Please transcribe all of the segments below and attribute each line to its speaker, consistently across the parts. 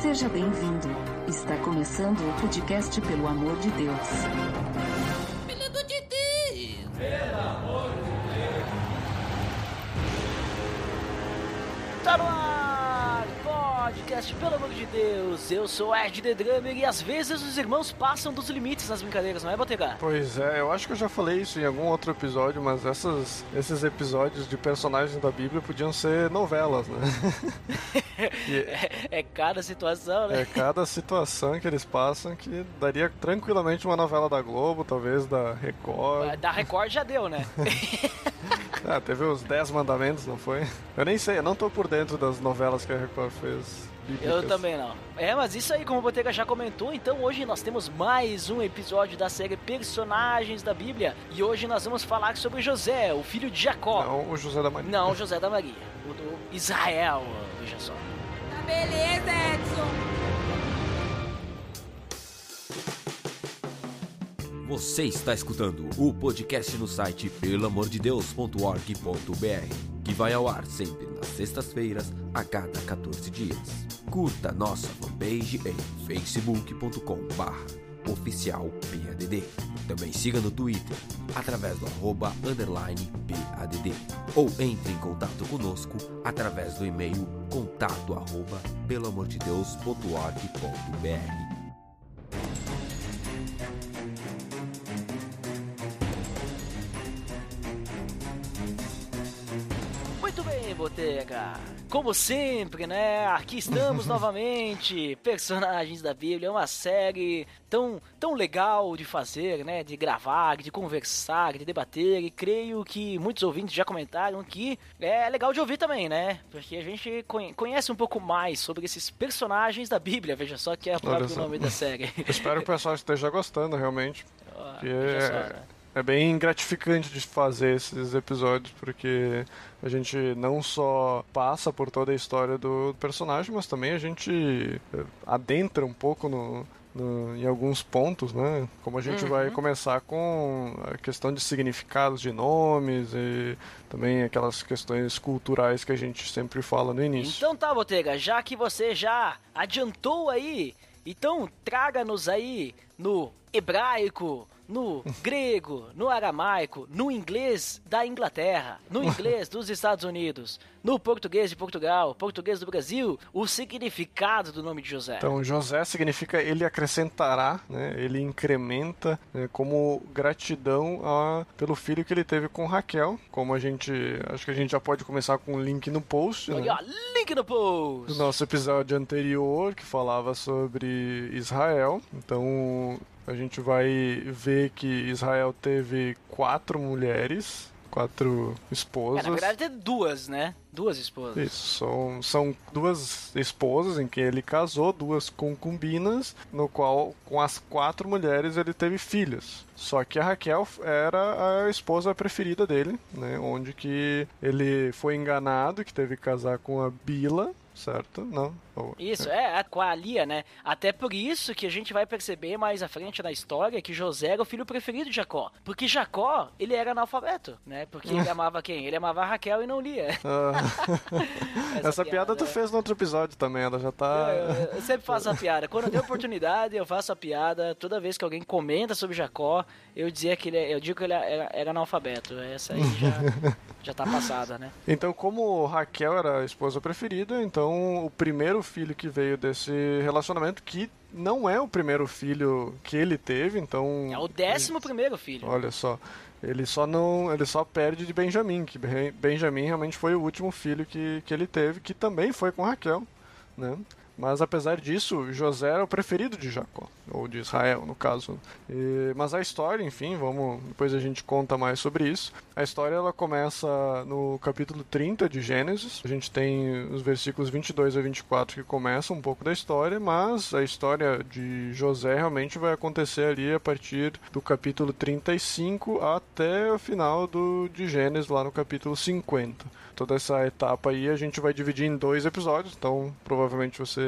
Speaker 1: Seja bem-vindo. Está começando o podcast Pelo Amor de Deus.
Speaker 2: Pelo amor de Deus!
Speaker 3: Pelo amor de Deus!
Speaker 2: Tá no ar! Podcast Pelo Amor de Deus! Eu sou Ed The Drummer e às vezes os irmãos passam dos limites nas brincadeiras, não é, Botega?
Speaker 4: Pois é, eu acho que eu já falei isso em algum outro episódio, mas esses episódios de personagens da Bíblia podiam ser novelas, né?
Speaker 2: É cada situação, né?
Speaker 4: É cada situação que eles passam que daria tranquilamente uma novela da Globo, talvez da Record.
Speaker 2: Da Record já deu, né?
Speaker 4: Teve os 10 Mandamentos, não foi? Eu nem sei, eu não tô por dentro das novelas que a Record fez. Bíblicas.
Speaker 2: Eu também não. Mas isso aí, como o Botega já comentou, então hoje nós temos mais um episódio da série Personagens da Bíblia. E hoje nós vamos falar sobre José, o filho de Jacó.
Speaker 4: Não o José da Maria.
Speaker 2: Não o José da Maria. O do Israel, veja só.
Speaker 5: Tá beleza, Edson.
Speaker 6: Você está escutando o podcast no site pelamordedeus.org.br, que vai ao ar sempre nas sextas-feiras, a cada 14 dias. Curta nossa fanpage em facebook.com/oficialpadd. Também siga no Twitter, através do @_PADD. Ou entre em contato conosco através do e-mail contato@pelamordedeus.org.br.
Speaker 2: Muito bem, Botega. Como sempre, né? Aqui estamos novamente. Personagens da Bíblia, é uma série tão legal de fazer, né? De gravar, de conversar, de debater. E creio que muitos ouvintes já comentaram que é legal de ouvir também, né? Porque a gente conhece um pouco mais sobre esses personagens da Bíblia. Veja só que é o próprio nome da série.
Speaker 4: Espero que o pessoal esteja gostando, realmente.
Speaker 2: Veja só, né?
Speaker 4: É bem gratificante de fazer esses episódios, porque a gente não só passa por toda a história do personagem, mas também a gente adentra um pouco em alguns pontos, né? Como a gente vai começar com a questão de significados de nomes e também aquelas questões culturais que a gente sempre fala no início.
Speaker 2: Então tá, Botega, já que você já adiantou aí, então traga-nos aí no hebraico, no grego, no aramaico, no inglês da Inglaterra, no inglês dos Estados Unidos, no português de Portugal, português do Brasil, o significado do nome de José.
Speaker 4: Então, José significa ele acrescentará, né? Ele incrementa, né? Como gratidão pelo filho que ele teve com Raquel. Como acho que a gente já pode começar com o link no post.
Speaker 2: Olha,
Speaker 4: né?
Speaker 2: Link no post!
Speaker 4: Do nosso episódio anterior, que falava sobre Israel. Então, a gente vai ver que Israel teve 4 mulheres, 4 esposas.
Speaker 2: Na verdade, tem 2, né? 2 esposas.
Speaker 4: Isso, são 2 esposas em que ele casou, 2 concubinas, no qual com as 4 mulheres ele teve filhos. Só que a Raquel era a esposa preferida dele, né? Onde que ele foi enganado, que teve que casar com a Bila, certo? Não?
Speaker 2: Isso, com a Lia, né? Até por isso que a gente vai perceber mais à frente na história que José era o filho preferido de Jacó. Porque Jacó, ele era analfabeto, né? Porque ele amava quem? Ele amava a Raquel e não Lia.
Speaker 4: Essa piada tu fez no outro episódio também, ela já tá...
Speaker 2: Eu sempre faço a piada. Quando eu tenho oportunidade, eu faço a piada. Toda vez que alguém comenta sobre Jacó, eu digo que ele era analfabeto. Essa aí já tá passada, né?
Speaker 4: Então, como Raquel era a esposa preferida, então o primeiro filho que veio desse relacionamento, que não é o primeiro filho que ele teve, então...
Speaker 2: É o 11º filho.
Speaker 4: Olha só, ele só perde de Benjamim, que Benjamim realmente foi o último filho que ele teve, que também foi com Raquel, né? Mas apesar disso, José era o preferido de Jacó, ou de Israel, no caso. Mas a história, enfim, depois a gente conta mais sobre isso. A história ela começa no capítulo 30 de Gênesis. A gente tem os versículos 22 a 24 que começam um pouco da história, mas a história de José realmente vai acontecer ali a partir do capítulo 35 até o final de Gênesis, lá no capítulo 50. Toda essa etapa aí a gente vai dividir em 2 episódios, então provavelmente você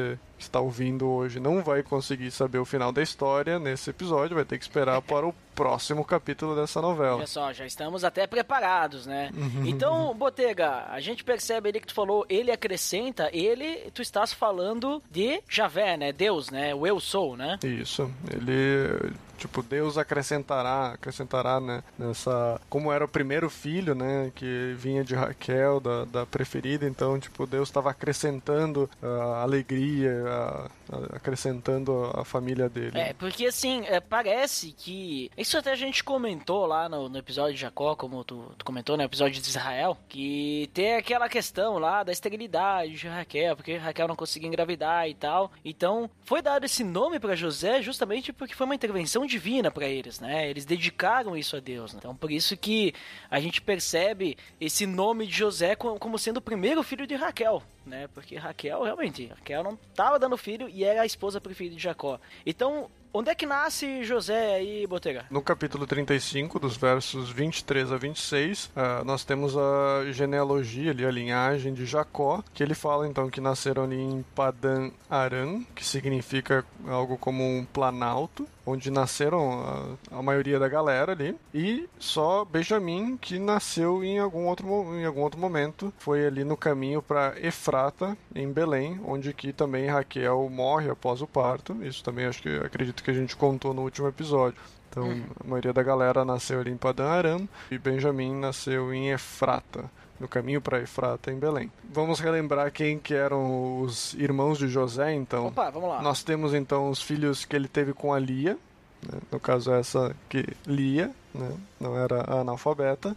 Speaker 4: está ouvindo hoje não vai conseguir saber o final da história nesse episódio, vai ter que esperar para o próximo capítulo dessa novela.
Speaker 2: Olha só, já estamos até preparados, né? Então, Botega, a gente percebe ali que tu falou, ele acrescenta, tu estás falando de Javé, né? Deus, né? O eu sou, né?
Speaker 4: Isso, ele... Tipo, Deus acrescentará, né, nessa... Como era o primeiro filho, né, que vinha de Raquel, da preferida, então, tipo, Deus estava acrescentando a alegria, acrescentando a família dele.
Speaker 2: Porque assim, parece que... Isso até a gente comentou lá no episódio de Jacó, como tu comentou, no episódio de Israel, que tem aquela questão lá da esterilidade de Raquel, porque Raquel não conseguia engravidar e tal. Então, foi dado esse nome para José justamente porque foi uma intervenção divina para eles, né? Eles dedicaram isso a Deus, né? Então, por isso que a gente percebe esse nome de José como sendo o primeiro filho de Raquel, né? Porque Raquel não estava dando filho e era a esposa preferida de Jacó. Então, onde é que nasce José aí, Botega?
Speaker 4: No capítulo 35, dos versos 23 a 26, nós temos a genealogia ali, a linhagem de Jacó, que ele fala então que nasceram ali em Padan Aram, que significa algo como um planalto, onde nasceram a maioria da galera ali, e só Benjamim, que nasceu em algum outro momento, foi ali no caminho para Efrata, em Belém, onde que também Raquel morre após o parto. Isso também acredito que a gente contou no último episódio. Então, a maioria da galera nasceu ali em Padan Aram, e Benjamim nasceu em Efrata, no caminho para Efrata, em Belém. Vamos relembrar quem que eram os irmãos de José, então.
Speaker 2: Opa, vamos lá.
Speaker 4: Nós temos, então, os filhos que ele teve com a Lia, né? No caso, essa que Lia, né? Não era a analfabeta,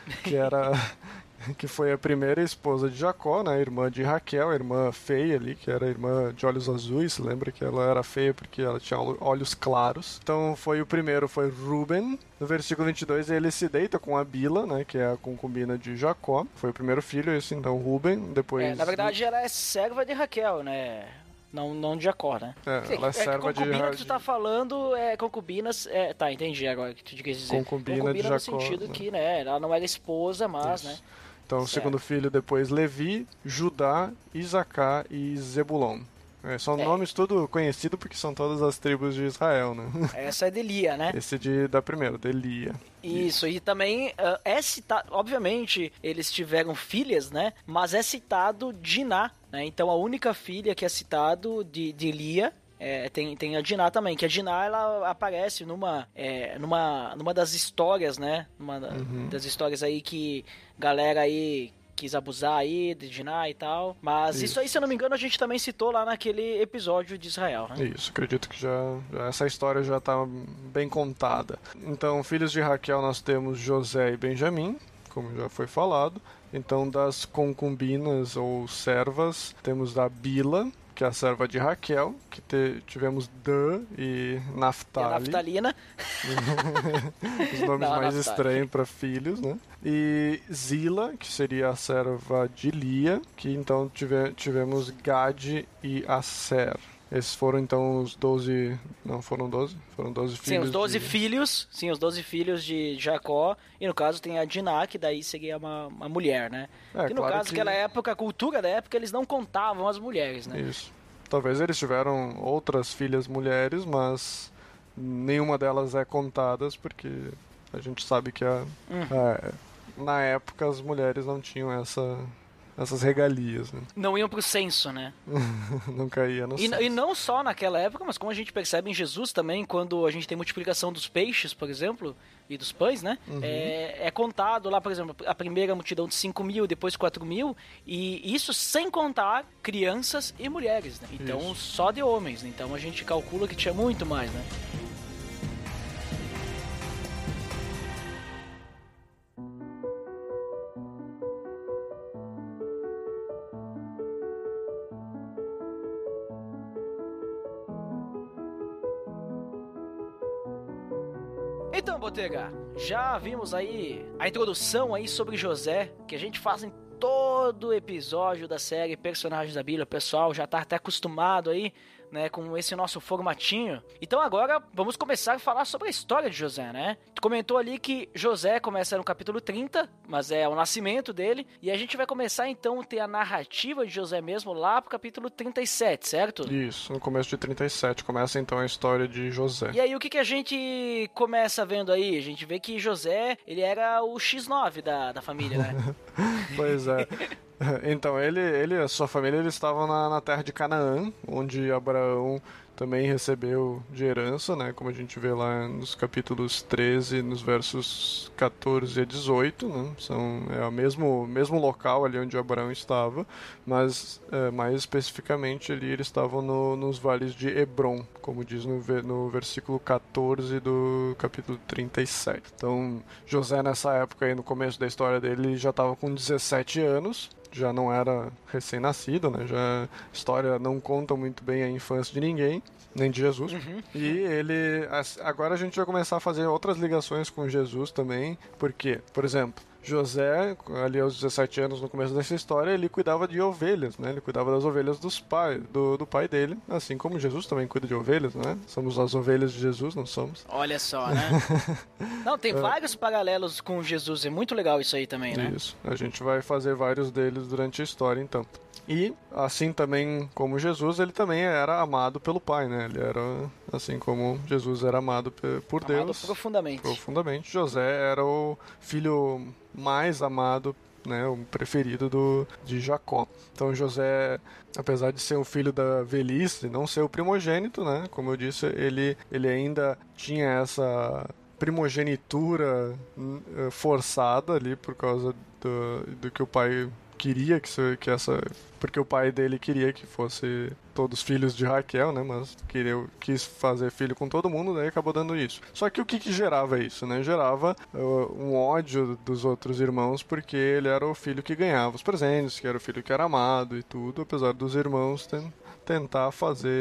Speaker 4: que foi a primeira esposa de Jacó, né? Irmã de Raquel, a irmã feia ali, que era a irmã de olhos azuis. Lembra que ela era feia porque ela tinha olhos claros. Então, o primeiro foi Ruben. No versículo 22, ele se deita com a Bila, né? Que é a concubina de Jacó. Foi o primeiro filho, esse então, Ruben. Depois...
Speaker 2: na verdade, ela é serva de Raquel, né? Não de Jacó, né?
Speaker 4: Ela é serva de...
Speaker 2: Concubina que tu tá falando é concubinas... Tá, entendi agora o que tu quis dizer.
Speaker 4: Concubina de Jacó,
Speaker 2: no sentido, né? Que, né, ela não era esposa, mas, né?
Speaker 4: Então, o segundo filho, depois Levi, Judá, Isacar e Zebulon. São nomes tudo conhecidos porque são todas as tribos de Israel, né?
Speaker 2: Essa é de Lia, né?
Speaker 4: Esse da primeira, de Lia.
Speaker 2: Isso, e também é citado, obviamente, eles tiveram filhas, né? Mas é citado Diná, né? Então a única filha que é citado de Lia tem a Diná também, que a Diná ela aparece numa das histórias, né? Das histórias aí que galera aí quis abusar aí de Diná e tal. Mas isso aí, se eu não me engano, a gente também citou lá naquele episódio de Israel, né?
Speaker 4: Isso, acredito que já essa história já está bem contada. Então, filhos de Raquel nós temos José e Benjamim, como já foi falado. Então, das concubinas ou servas, temos a Bila, que é a serva de Raquel, que tivemos Dan e Naftali.
Speaker 2: E a Naftalina.
Speaker 4: Os nomes mais estranhos para filhos, né? E Zila, que seria a serva de Lia, que então tivemos Gad e Aser. Esses foram então os 12... Não, foram 12? Foram 12 filhos.
Speaker 2: Sim, os 12 filhos. Sim, os 12 filhos de Jacó. E no caso tem a Diná, que daí seria uma mulher, né? E no
Speaker 4: claro
Speaker 2: caso, naquela época, a cultura da época, eles não contavam as mulheres, né?
Speaker 4: Isso. Talvez eles tiveram outras filhas mulheres, mas nenhuma delas é contadas, porque a gente sabe que na época as mulheres não tinham essas regalias, né?
Speaker 2: Não iam pro censo, né?
Speaker 4: Não caía no censo.
Speaker 2: E não só naquela época, mas como a gente percebe em Jesus também, quando a gente tem multiplicação dos peixes, por exemplo, e dos pães, né? É contado lá, por exemplo, a primeira multidão de 5.000, depois 4.000, e isso sem contar crianças e mulheres, né? Então, só de homens, né? Então a gente calcula que tinha muito mais, né? Então, Botega, já vimos aí a introdução aí sobre José, que a gente faz em todos todo episódio da série Personagens da Bíblia. O pessoal já tá até acostumado aí, né, com esse nosso formatinho. Então agora vamos começar a falar sobre a história de José, né? Tu comentou ali que José começa no capítulo 30, mas é o nascimento dele, e a gente vai começar então a ter a narrativa de José mesmo lá pro capítulo 37, certo?
Speaker 4: Isso, no começo de 37 começa então a história de José.
Speaker 2: E aí o que a gente começa vendo aí? A gente vê que José, ele era o X9 da família, né?
Speaker 4: Pois é. Então, ele e a sua família eles estavam na terra de Canaã, onde Abraão também recebeu de herança, né? Como a gente vê lá nos capítulos 13, nos versos 14 a 18, né? É o mesmo local ali onde Abraão estava, mas mais especificamente ali eles estavam nos vales de Hebron, como diz no versículo 14 do capítulo 37. Então, José nessa época aí, no começo da história dele, já estava com 17 anos, já não era recém-nascido, né? Já a história não conta muito bem a infância de ninguém, nem de Jesus. E ele... Agora a gente vai começar a fazer outras ligações com Jesus também, porque, por exemplo, José, ali aos 17 anos, no começo dessa história, ele cuidava de ovelhas, né? Ele cuidava das ovelhas do pai dele, assim como Jesus também cuida de ovelhas, né? Somos as ovelhas de Jesus, não somos?
Speaker 2: Olha só, né? Não, tem vários paralelos com Jesus, é muito legal isso aí também, né?
Speaker 4: Isso, a gente vai fazer vários deles durante a história, então. E, assim também como Jesus, ele também era amado pelo Pai, né? Ele era, assim como Jesus era amado por Deus.
Speaker 2: Amado profundamente.
Speaker 4: Profundamente. José era o filho mais amado, né? O preferido de Jacó. Então José, apesar de ser um filho da velhice, não ser o primogênito, né? Como eu disse, ele ainda tinha essa primogenitura forçada ali por causa do que o pai queria porque o pai dele queria que fosse todos filhos de Raquel, né? Mas quis fazer filho com todo mundo, daí acabou dando isso. Só que o que gerava isso, né? Gerava um ódio dos outros irmãos, porque ele era o filho que ganhava os presentes, que era o filho que era amado e tudo, apesar dos irmãos tentar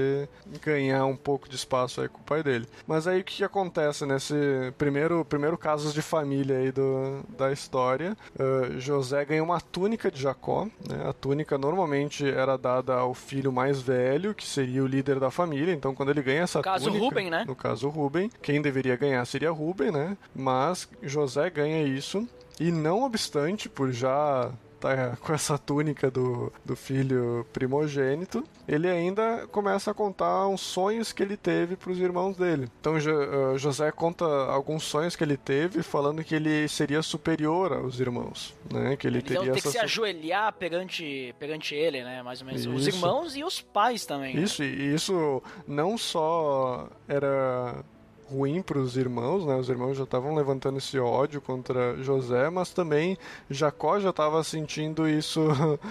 Speaker 4: ganhar um pouco de espaço aí com o pai dele. Mas aí o que acontece nesse primeiro casos de família aí da história? José ganha uma túnica de Jacó, né? A túnica normalmente era dada ao filho mais velho, que seria o líder da família. Então quando ele ganha essa túnica... No caso Rúben, né? No caso Rúben, quem deveria ganhar seria Rúben, né? Mas José ganha isso, e não obstante, por já tá com essa túnica do filho primogênito, ele ainda começa a contar uns sonhos que ele teve para os irmãos dele. Então José conta alguns sonhos que ele teve, falando que ele seria superior aos irmãos, né? Que ele teria
Speaker 2: ter que se ajoelhar perante ele, né? Mais ou menos. Isso. Os irmãos e os pais também.
Speaker 4: Isso, né? E isso não só era ruim para os irmãos, né? Os irmãos já estavam levantando esse ódio contra José, mas também Jacó já estava sentindo isso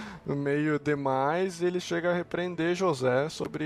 Speaker 4: meio demais, e ele chega a repreender José sobre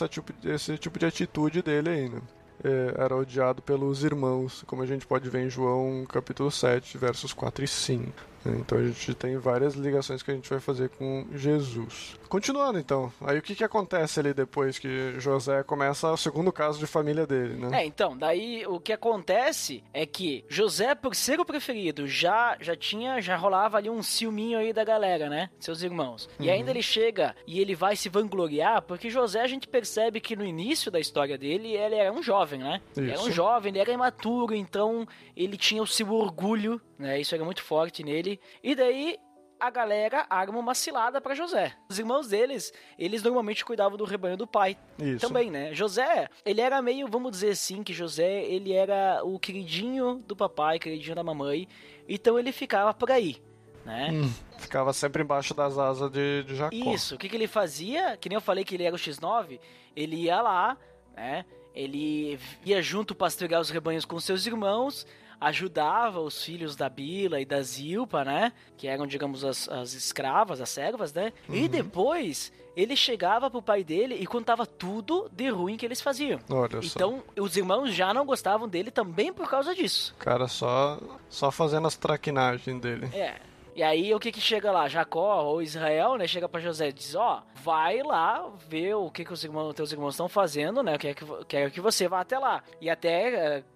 Speaker 4: esse tipo de atitude dele aí, né? Era odiado pelos irmãos, como a gente pode ver em João capítulo 7, versos 4 e 5. Então a gente tem várias ligações que a gente vai fazer com Jesus. Continuando então, aí o que acontece ali depois que José começa o segundo caso de família dele, né?
Speaker 2: Então, daí o que acontece é que José, por ser o preferido, já rolava ali um ciúminho aí da galera, né? Seus irmãos. E ainda ele chega e ele vai se vangloriar, porque José, a gente percebe que no início da história dele, ele era um jovem, né?
Speaker 4: Isso.
Speaker 2: Ele era um jovem, ele era imaturo, então ele tinha o seu orgulho, né? Isso era muito forte nele. E daí a galera arma uma cilada pra José. Os irmãos deles, eles normalmente cuidavam do rebanho do pai.
Speaker 4: Isso.
Speaker 2: Também, né? José, ele era meio, vamos dizer assim, que José, ele era o queridinho do papai, queridinho da mamãe. Então ele ficava por aí, né?
Speaker 4: Ficava sempre embaixo das asas de Jacó.
Speaker 2: Isso. O que ele fazia? Que nem eu falei que ele era o X9, ele ia lá, né? Ele ia junto pastorear os rebanhos com seus irmãos, ajudava os filhos da Bila e da Zilpa, né? Que eram, digamos, as escravas, as servas, né? E depois ele chegava pro pai dele e contava tudo de ruim que eles faziam.
Speaker 4: Olha
Speaker 2: então,
Speaker 4: só.
Speaker 2: Os irmãos já não gostavam dele também por causa disso.
Speaker 4: Cara, só fazendo as traquinagens dele.
Speaker 2: E aí, o que chega lá? Jacó ou Israel, né? Chega pra José e diz, vai lá ver o que os teus irmãos estão fazendo, né? Eu quero que você vá até lá. E até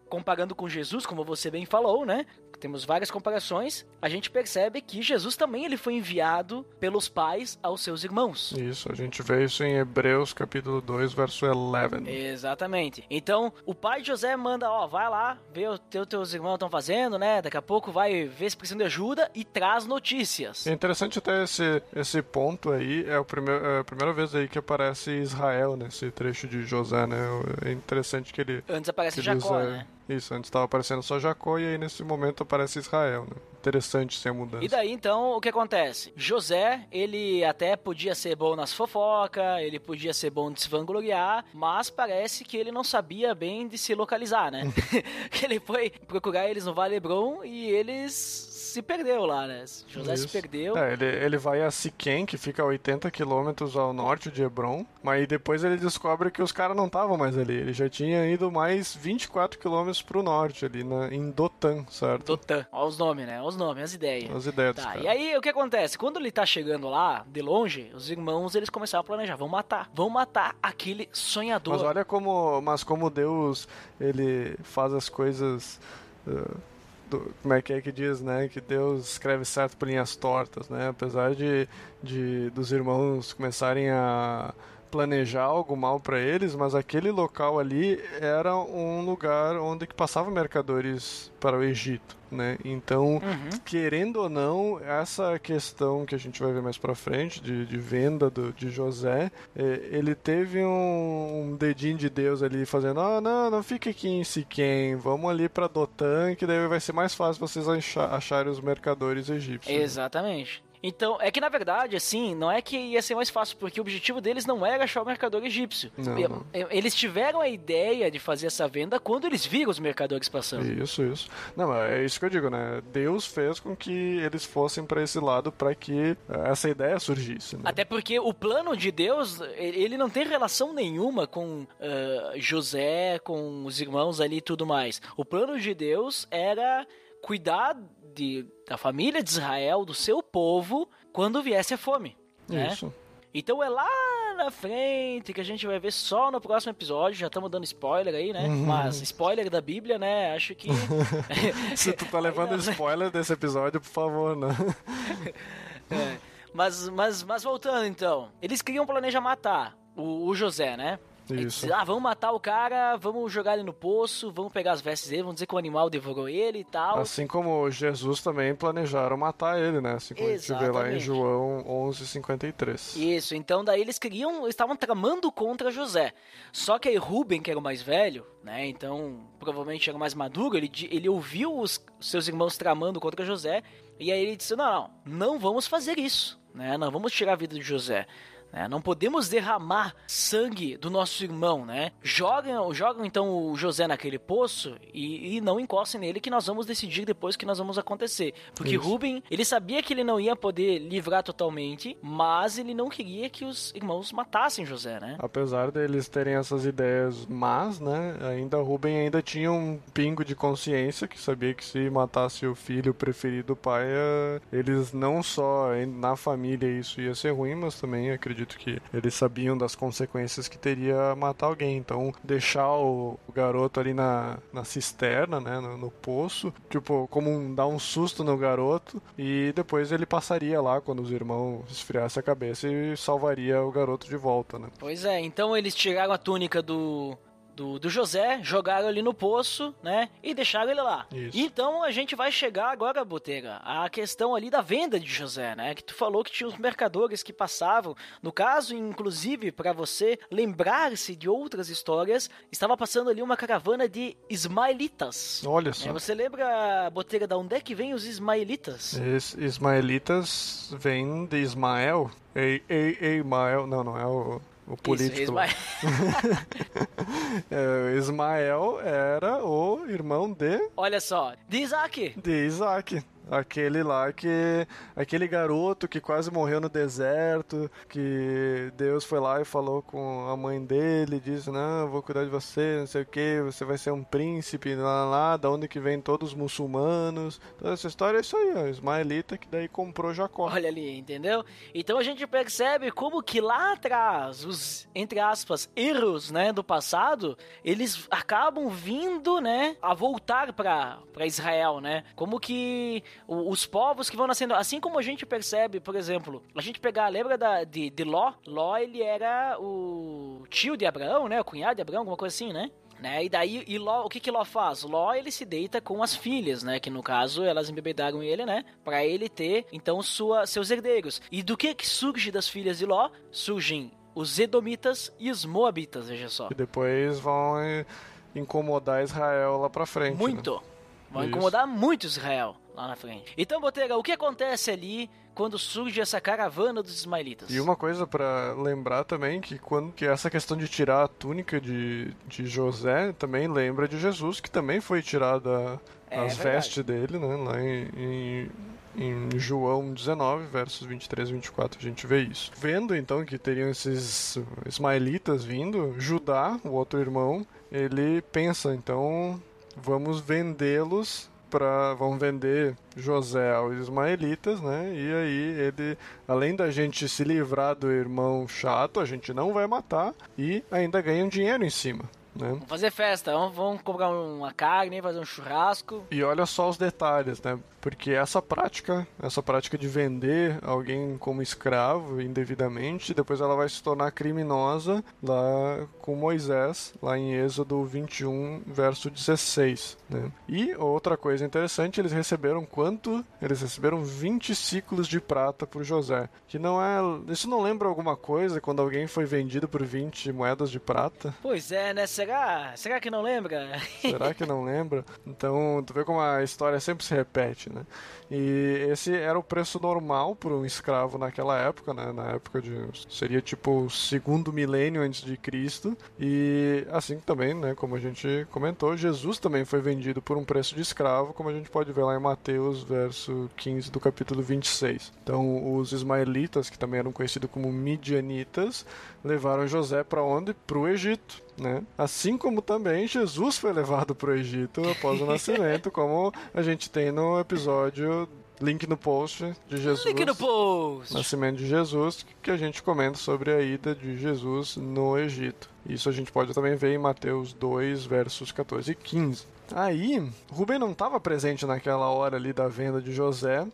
Speaker 2: comparando com Jesus, como você bem falou, né? Temos várias comparações. A gente percebe que Jesus também ele foi enviado pelos pais aos seus irmãos.
Speaker 4: Isso, a gente vê isso em Hebreus capítulo 2, verso 11.
Speaker 2: Exatamente. Então, o pai de José manda, vai lá, vê o que teus irmãos estão fazendo, né? Daqui a pouco vai ver se precisam de ajuda e traz notícias.
Speaker 4: É interessante até esse ponto aí, é a primeira vez aí que aparece Israel nesse trecho de José, né? É interessante que ele...
Speaker 2: Antes aparece Jacó, né?
Speaker 4: Isso, antes estava aparecendo só Jacó e aí nesse momento aparece Israel, né? Interessante ser a mudança.
Speaker 2: E daí, então, o que acontece? José, ele até podia ser bom nas fofocas, ele podia ser bom de se vangloriar, mas parece que ele não sabia bem de se localizar, né? Que ele foi procurar eles no Vale Hebron e eles se perdeu lá, né? José se perdeu.
Speaker 4: Ele vai a Siquém, que fica a 80 quilômetros ao norte de Hebron, mas depois ele descobre que os caras não estavam mais ali. Ele já tinha ido mais 24 quilômetros pro norte, ali em Dotan, certo?
Speaker 2: Dotan. Olha os nomes, né? Os nomes, as ideias.
Speaker 4: As ideias dos caras.
Speaker 2: E aí, o que acontece? Quando ele tá chegando lá, de longe, os irmãos, eles começaram a planejar. Vão matar aquele sonhador.
Speaker 4: Mas como Deus, ele faz as coisas... como é que diz, né? Que Deus escreve certo por linhas tortas, né? Apesar dos irmãos começarem a planejar algo mal para eles, mas aquele local ali era um lugar onde que passavam mercadores para o Egito, né? Então, querendo ou não, essa questão que a gente vai ver mais para frente de venda de José, ele teve um dedinho de Deus ali fazendo, não fique aqui em Siquém, vamos ali para Dotan, que daí vai ser mais fácil vocês acharem os mercadores egípcios.
Speaker 2: Exatamente. Então, é que na verdade, assim, não é que ia ser mais fácil, porque o objetivo deles não era achar o mercador egípcio.
Speaker 4: Não.
Speaker 2: Eles tiveram a ideia de fazer essa venda quando eles viram os mercadores passando.
Speaker 4: Isso. Não, é isso que eu digo, né? Deus fez com que eles fossem para esse lado para que essa ideia surgisse. Né?
Speaker 2: Até porque o plano de Deus, ele não tem relação nenhuma com José, com os irmãos ali e tudo mais. O plano de Deus era cuidar da família de Israel, do seu povo, quando viesse a fome.
Speaker 4: Isso.
Speaker 2: Né? Então é lá na frente que a gente vai ver só no próximo episódio. Já estamos dando spoiler aí, né? Mas spoiler da Bíblia, né? Acho que...
Speaker 4: Se tu tá levando spoiler desse episódio, por favor, né?
Speaker 2: Mas voltando então. Eles queriam planejar matar o José, né?
Speaker 4: Isso.
Speaker 2: Vamos matar o cara, vamos jogar ele no poço, vamos pegar as vestes dele, vamos dizer que o animal devorou ele e tal.
Speaker 4: Assim como Jesus também planejaram matar ele, né? Assim como a gente vê lá em João 11:53.
Speaker 2: Isso, então daí eles estavam tramando contra José. Só que aí Rubem, que era o mais velho, né? Então provavelmente era o mais maduro, ele ouviu os seus irmãos tramando contra José, e aí ele disse, não vamos fazer isso, né? Não vamos tirar a vida de José. Não podemos derramar sangue do nosso irmão, né? Jogam então o José naquele poço e não encostem nele, que nós vamos decidir depois o que nós vamos acontecer. Porque Rubem, ele sabia que ele não ia poder livrar totalmente, mas ele não queria que os irmãos matassem José, né?
Speaker 4: Apesar deles terem essas ideias más, né? Rubem ainda tinha um pingo de consciência, que sabia que se matasse o filho preferido do pai, eles não só na família isso ia ser ruim, mas também acredito que eles sabiam das consequências que teria matar alguém. Então, deixar o garoto ali na cisterna, né, no poço, tipo, dar um susto no garoto, e depois ele passaria lá quando os irmãos esfriassem a cabeça e salvaria o garoto de volta, né?
Speaker 2: Pois é, então eles tiraram a túnica do José, jogaram ali no poço, né, e deixaram ele lá.
Speaker 4: Isso.
Speaker 2: Então a gente vai chegar agora, Botega, à questão ali da venda de José, né, que tu falou que tinha os mercadores que passavam. No caso, inclusive, para você lembrar-se de outras histórias, estava passando ali uma caravana de ismaelitas.
Speaker 4: Olha só.
Speaker 2: Você lembra, Botega, de onde é que vem os ismaelitas?
Speaker 4: Ismaelitas vêm de Ismael. Ismael, não é o político.
Speaker 2: Isso,
Speaker 4: Ismael era o irmão de...
Speaker 2: Olha só, de Isaac.
Speaker 4: De Isaac. Aquele garoto que quase morreu no deserto, que Deus foi lá e falou com a mãe dele, disse, não, eu vou cuidar de você, não sei o que, você vai ser um príncipe, lá, da onde que vem todos os muçulmanos. Toda essa história é isso aí, ó, ismaelita que daí comprou Jacó.
Speaker 2: Olha ali, entendeu? Então a gente percebe como que lá atrás, os, entre aspas, erros, né, do passado, eles acabam vindo, né, a voltar pra Israel, né? Como que os povos que vão nascendo, assim como a gente percebe, por exemplo, a gente lembra de Ló? Ló, ele era o tio de Abraão, né? O cunhado de Abraão, alguma coisa assim, né? E daí, Ló, o que Ló faz? Ló, ele se deita com as filhas, né? Que no caso, elas embebedaram ele, né? Pra ele ter, então, seus herdeiros. E do que surge das filhas de Ló? Surgem os Edomitas e os Moabitas, veja só.
Speaker 4: E depois vão incomodar Israel lá pra frente.
Speaker 2: Muito.
Speaker 4: Né?
Speaker 2: Vão incomodar muito Israel lá na frente. Então, Botega, o que acontece ali quando surge essa caravana dos ismaelitas?
Speaker 4: E uma coisa pra lembrar também, que essa questão de tirar a túnica de José também lembra de Jesus, que também foi tirada as vestes dele, né? Lá em João 19, versos 23 e 24, a gente vê isso. Vendo, então, que teriam esses ismaelitas vindo, Judá, o outro irmão, ele pensa, então, vamos vendê-los vamos vender José aos ismaelitas, né? E aí ele, além da gente se livrar do irmão chato, a gente não vai matar e ainda ganha um dinheiro em cima. Né?
Speaker 2: Vamos fazer festa, vamos comprar uma carne, fazer um churrasco.
Speaker 4: E olha só os detalhes, né? Porque essa prática de vender alguém como escravo indevidamente, depois ela vai se tornar criminosa lá com Moisés, lá em Êxodo 21, verso 16. Né? E outra coisa interessante, eles receberam quanto? Eles receberam 20 ciclos de prata por José. Que não é... Isso não lembra alguma coisa quando alguém foi vendido por 20 moedas de prata?
Speaker 2: Pois é, né? Será que não lembra?
Speaker 4: Será que não lembra? Então, tu vê como a história sempre se repete, né? E esse era o preço normal por um escravo naquela época, né? Na época seria tipo o segundo milênio antes de Cristo. E assim também, né? Como a gente comentou, Jesus também foi vendido por um preço de escravo, como a gente pode ver lá em Mateus, verso 15 do capítulo 26. Então, os ismaelitas, que também eram conhecidos como midianitas, levaram José para onde? Para o Egito. Né? Assim como também Jesus foi levado para o Egito após o nascimento, como a gente tem no episódio, link no post de Jesus,
Speaker 2: link no post,
Speaker 4: nascimento de Jesus, que a gente comenta sobre a ida de Jesus no Egito. Isso a gente pode também ver em Mateus 2, versos 14 e 15. Aí, Rubem não estava presente naquela hora ali da venda de José.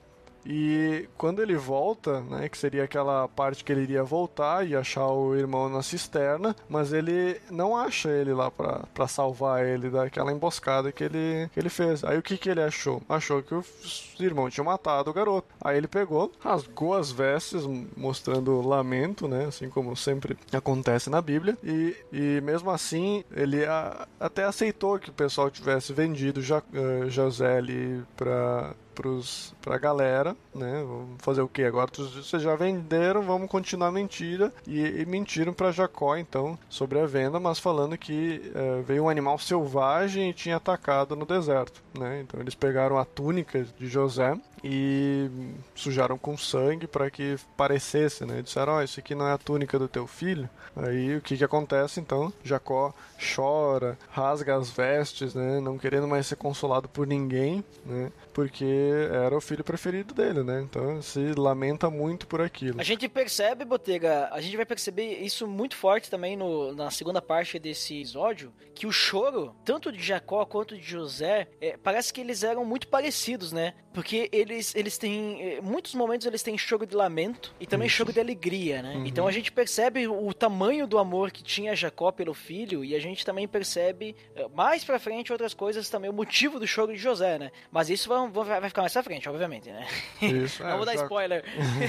Speaker 4: E quando ele volta, né, que seria aquela parte que ele iria voltar e achar o irmão na cisterna, mas ele não acha ele lá pra salvar ele daquela emboscada que ele fez. Aí o que ele achou? Achou que os irmãos tinham matado o garoto. Aí ele pegou, rasgou as vestes, mostrando lamento, né, assim como sempre acontece na Bíblia, e mesmo assim ele até aceitou que o pessoal tivesse vendido José ali pra galera, né? Vamos fazer o que agora? Vocês já venderam, vamos continuar mentira. E mentiram pra Jacó, então, sobre a venda, mas falando que veio um animal selvagem e tinha atacado no deserto, né? Então eles pegaram a túnica de José e sujaram com sangue para que parecesse, né? Disseram, isso aqui não é a túnica do teu filho. Aí o que acontece então? Jacó chora, rasga as vestes, né? Não querendo mais ser consolado por ninguém, né? Porque era o filho preferido dele, né? Então se lamenta muito por aquilo.
Speaker 2: A gente percebe, Botega, a gente vai perceber isso muito forte também na segunda parte desse episódio, que o choro, tanto de Jacó quanto de José, parece que eles eram muito parecidos, né? Porque eles têm, muitos momentos eles têm choro de lamento e também choro de alegria, né? Então a gente percebe o tamanho do amor que tinha Jacó pelo filho, e a gente também percebe, mais pra frente, outras coisas também, o motivo do choro de José, né? Mas isso vai ficar mais pra frente, obviamente, né?
Speaker 4: Isso,
Speaker 2: não vou dar spoiler.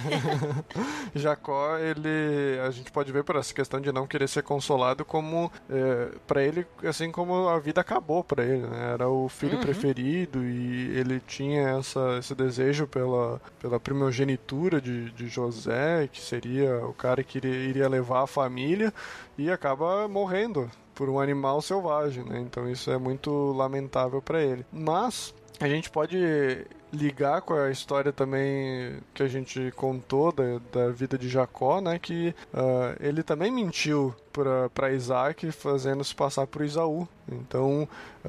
Speaker 4: Jacó, a gente pode ver por essa questão de não querer ser consolado como, pra ele, assim como a vida acabou pra ele, né? Era o filho preferido e ele tinha esse desejo pela primogenitura de José, que seria o cara que iria levar a família, e acaba morrendo por um animal selvagem, né? Então isso é muito lamentável para ele. Mas A gente pode ligar com a história também que a gente contou da vida de Jacó, né? Que ele também mentiu para Isaac, fazendo-se passar por Esaú. Então,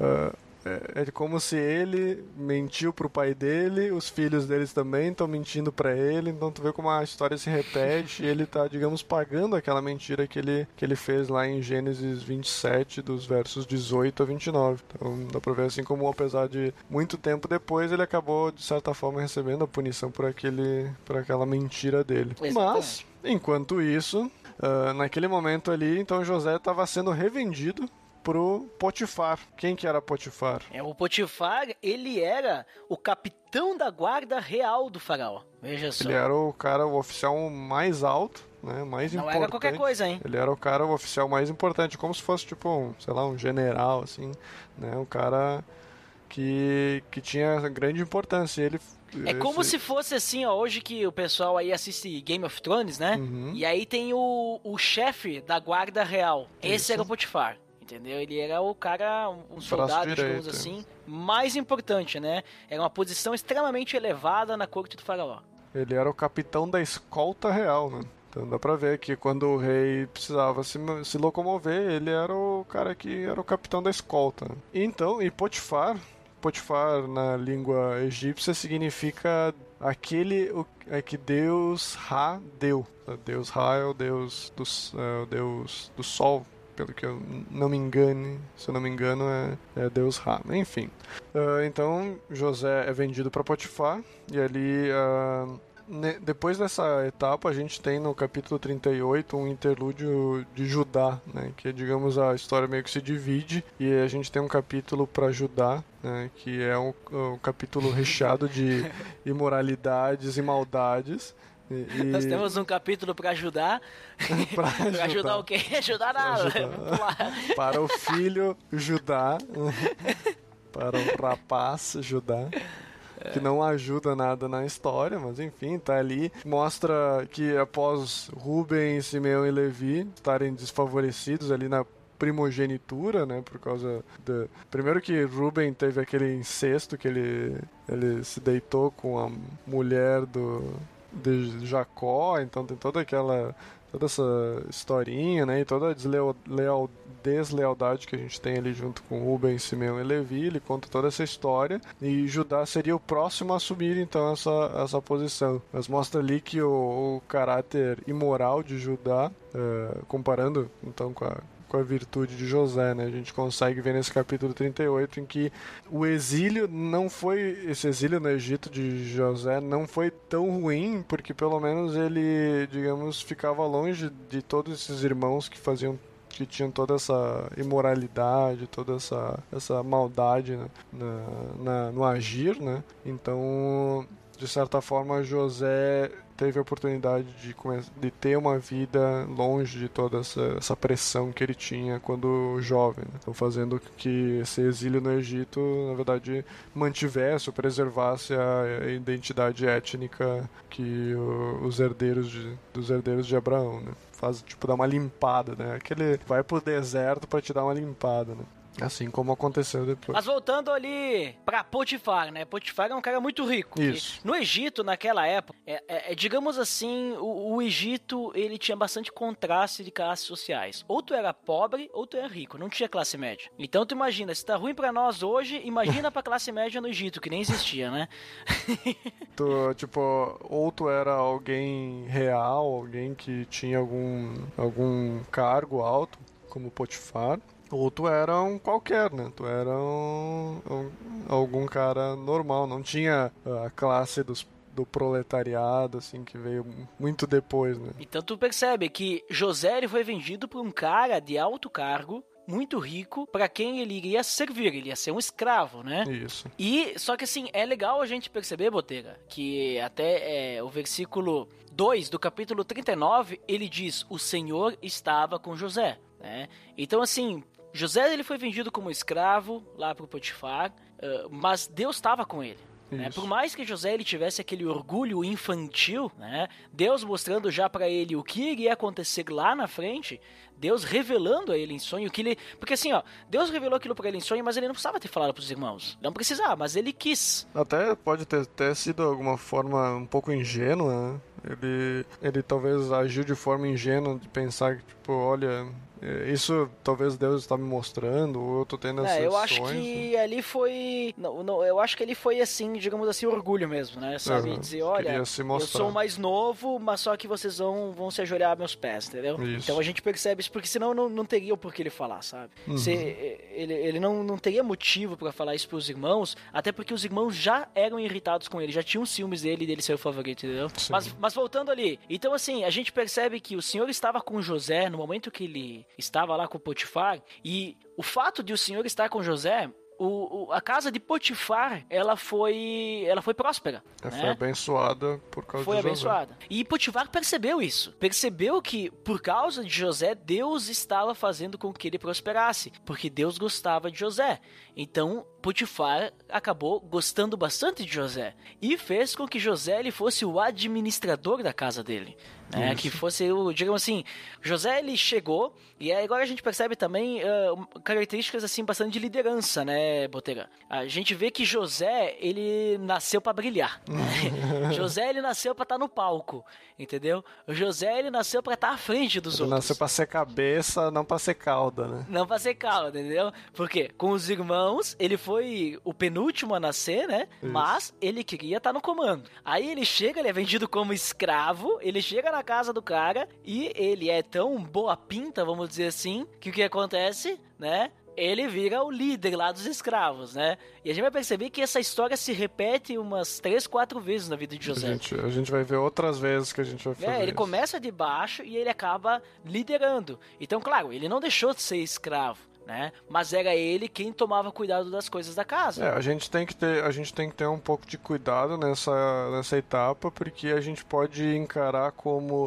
Speaker 4: é como se ele mentiu pro pai dele, os filhos deles também estão mentindo para ele, então tu vê como a história se repete e ele tá, digamos, pagando aquela mentira que ele fez lá em Gênesis 27, dos versos 18 a 29. Então dá pra ver assim como, apesar de muito tempo depois, ele acabou, de certa forma, recebendo a punição por aquela mentira dele.
Speaker 2: Exatamente.
Speaker 4: Mas, enquanto isso, naquele momento ali, então José estava sendo revendido pro Potifar. Quem que era Potifar?
Speaker 2: O Potifar, ele era o capitão da guarda real do faraó. Veja só.
Speaker 4: Ele era o oficial mais alto, né, mais
Speaker 2: Não
Speaker 4: importante.
Speaker 2: era qualquer coisa, hein?
Speaker 4: Ele era o oficial mais importante, como se fosse tipo um general, assim, né, um cara que tinha grande importância. Ele
Speaker 2: É como se fosse assim, ó, hoje que o pessoal aí assiste Game of Thrones, né?
Speaker 4: Uhum.
Speaker 2: E aí tem o chefe da guarda real. Esse
Speaker 4: Isso.
Speaker 2: era o Potifar. Entendeu? Ele era o cara, um soldado, digamos assim, mais importante, né? Era uma posição extremamente elevada na corte do faraó.
Speaker 4: Ele era o capitão da escolta real, né? Então dá pra ver que quando o rei precisava se locomover, ele era o cara que era o capitão da escolta. Então, e Potifar na língua egípcia significa aquele que Deus Ra deu. Deus Ra é o Deus do sol. Pelo que eu não me engane, se eu não me engano, é Deus Ra. Enfim. Então, José é vendido para Potifar, e ali, depois dessa etapa, a gente tem no capítulo 38 um interlúdio de Judá, né, que, digamos, a história meio que se divide, e a gente tem um capítulo para Judá, né, que é um capítulo recheado de imoralidades e maldades.
Speaker 2: Nós temos um capítulo para ajudar. Para ajudar o quê? Ajudar nada.
Speaker 4: Para o filho Judá. Para o rapaz Judá. Que não ajuda nada na história, mas enfim, tá ali. Mostra que após Rúben, Simeão e Levi estarem desfavorecidos ali na primogenitura, né, por causa primeiro que Rúben teve aquele incesto que ele se deitou com a mulher de Jacó, então tem toda essa historinha, né, e toda a deslealdade que a gente tem ali junto com Rúben, Simeão e Levi. Ele conta toda essa história, e Judá seria o próximo a assumir então essa posição, mas mostra ali que o caráter imoral de Judá, comparando então com a virtude de José, né? A gente consegue ver nesse capítulo 38 em que esse exílio no Egito de José não foi tão ruim, porque pelo menos ele, digamos, ficava longe de todos esses irmãos que tinham toda essa imoralidade, toda essa maldade, né, no agir, né? Então, de certa forma, José teve a oportunidade de ter uma vida longe de toda essa pressão que ele tinha quando jovem, né? Então, fazendo que esse exílio no Egito, na verdade, mantivesse ou preservasse a identidade étnica que dos herdeiros de Abraão, né? Faz, dar uma limpada, né? Aquele vai pro deserto para te dar uma limpada, né? Assim como aconteceu depois.
Speaker 2: Mas voltando ali pra Potifar, né? Potifar é um cara muito rico.
Speaker 4: Isso.
Speaker 2: No Egito, naquela época, digamos assim, o Egito, ele tinha bastante contraste de classes sociais. Ou tu era pobre, ou tu era rico. Não tinha classe média. Então tu imagina, se tá ruim pra nós hoje, imagina pra classe média no Egito, que nem existia, né?
Speaker 4: Ou tu era alguém real, alguém que tinha algum cargo alto, como Potifar, ou tu era um qualquer, né? Tu era algum cara normal, não tinha a classe do proletariado, assim, que veio muito depois, né?
Speaker 2: Então tu percebe que José ele foi vendido por um cara de alto cargo, muito rico, para quem ele iria servir, ele ia ser um escravo, né?
Speaker 4: Isso.
Speaker 2: E, só que assim, é legal a gente perceber, Botega, que até o versículo 2 do capítulo 39, ele diz, o Senhor estava com José, né? Então assim, José ele foi vendido como escravo lá pro Potifar, mas Deus estava com ele. né? Por mais que José ele tivesse aquele orgulho infantil, né? Deus mostrando já pra ele o que iria acontecer lá na frente, Deus revelando a ele em sonho que ele... Porque assim, ó, Deus revelou aquilo pra ele em sonho, mas ele não precisava ter falado pros irmãos. Não precisava, mas ele quis.
Speaker 4: Até pode ter sido alguma forma um pouco ingênua, né? Ele talvez agiu de forma ingênua de pensar que, tipo, olha... Isso talvez Deus está me mostrando, ou eu tô tendo essas
Speaker 2: eu acho
Speaker 4: sonhos,
Speaker 2: que ali foi... Não, eu acho que ele foi assim, digamos assim, orgulho mesmo, né? Sabe? Dizer, olha, eu sou o mais novo, mas só que vocês vão se ajoelhar a meus pés, entendeu?
Speaker 4: Isso.
Speaker 2: Então a gente percebe isso, porque senão não teria o porquê ele falar, sabe? Ele não teria motivo pra falar isso pros irmãos, até porque os irmãos já eram irritados com ele, já tinham ciúmes dele ser o favorito, entendeu? Mas voltando ali, então assim, a gente percebe que o Senhor estava com José no momento que ele estava lá com Potifar, e o fato de o Senhor estar com José, a casa de Potifar, ela foi próspera.
Speaker 4: Foi abençoada por causa de José. Foi abençoada.
Speaker 2: E Potifar percebeu isso. Percebeu que, por causa de José, Deus estava fazendo com que ele prosperasse, porque Deus gostava de José. Então, Potifar acabou gostando bastante de José e fez com que José ele fosse o administrador da casa dele. Né? Que fosse, digamos assim, José ele chegou, e agora a gente percebe também características assim bastante de liderança, né, Botega? A gente vê que José, ele nasceu para brilhar. Né? José, ele nasceu para estar no palco, entendeu? O José, ele nasceu para estar à frente dos outros.
Speaker 4: Ele nasceu para ser cabeça, não para ser cauda, né?
Speaker 2: Não para ser cauda, entendeu? Porque com os irmãos, ele foi o penúltimo a nascer, né? Isso. Mas ele queria estar no comando. Aí ele chega, ele é vendido como escravo, ele chega na casa do cara e ele é tão boa pinta, vamos dizer assim, que o que acontece, né? Ele vira o líder lá dos escravos, né? E a gente vai perceber que essa história se repete umas 3, 4 vezes na vida de José.
Speaker 4: A gente vai ver outras vezes que a gente vai fazer
Speaker 2: ele começa de baixo e ele acaba liderando. Então, claro, ele não deixou de ser escravo, né? Mas era ele quem tomava cuidado das coisas da casa.
Speaker 4: A gente tem que ter um pouco de cuidado nessa etapa, porque a gente pode encarar como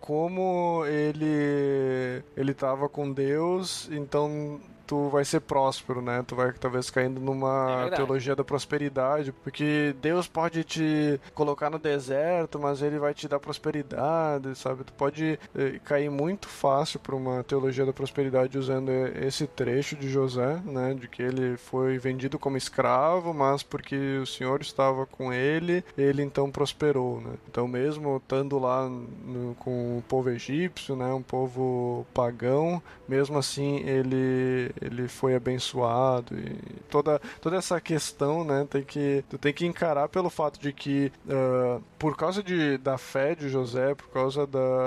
Speaker 4: ele estava com Deus, então tu vai ser próspero, né? Tu vai talvez caindo numa teologia da prosperidade, porque Deus pode te colocar no deserto, mas ele vai te dar prosperidade, sabe? Tu pode cair muito fácil para uma teologia da prosperidade usando esse trecho de José, né? De que ele foi vendido como escravo, mas porque o Senhor estava com ele então prosperou, né? Então mesmo estando lá com o povo egípcio, né? Um povo pagão, mesmo assim ele foi abençoado, e toda essa questão, né, tu tem que encarar pelo fato de que por causa da fé de José, por causa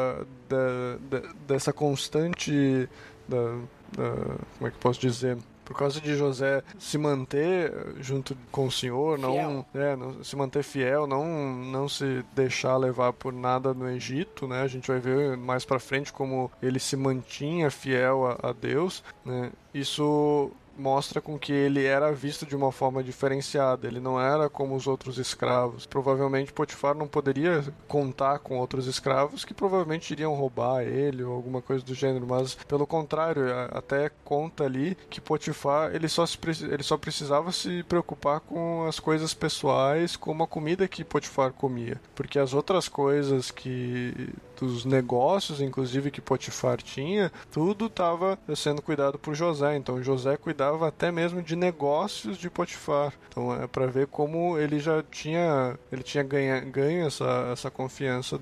Speaker 4: dessa constante como é que eu posso dizer? Por causa de José se manter junto com o Senhor, não se manter fiel, não se deixar levar por nada no Egito, né? A gente vai ver mais pra frente como ele se mantinha fiel a Deus, né? Isso mostra com que ele era visto de uma forma diferenciada, ele não era como os outros escravos. Provavelmente Potifar não poderia contar com outros escravos que provavelmente iriam roubar ele ou alguma coisa do gênero, mas pelo contrário, até conta ali que Potifar ele só precisava se preocupar com as coisas pessoais, como a comida que Potifar comia, porque as outras coisas dos negócios, inclusive, que Potifar tinha, tudo estava sendo cuidado por José. Então José cuidava até mesmo de negócios de Potifar. Então é para ver como ele já tinha ganho essa confiança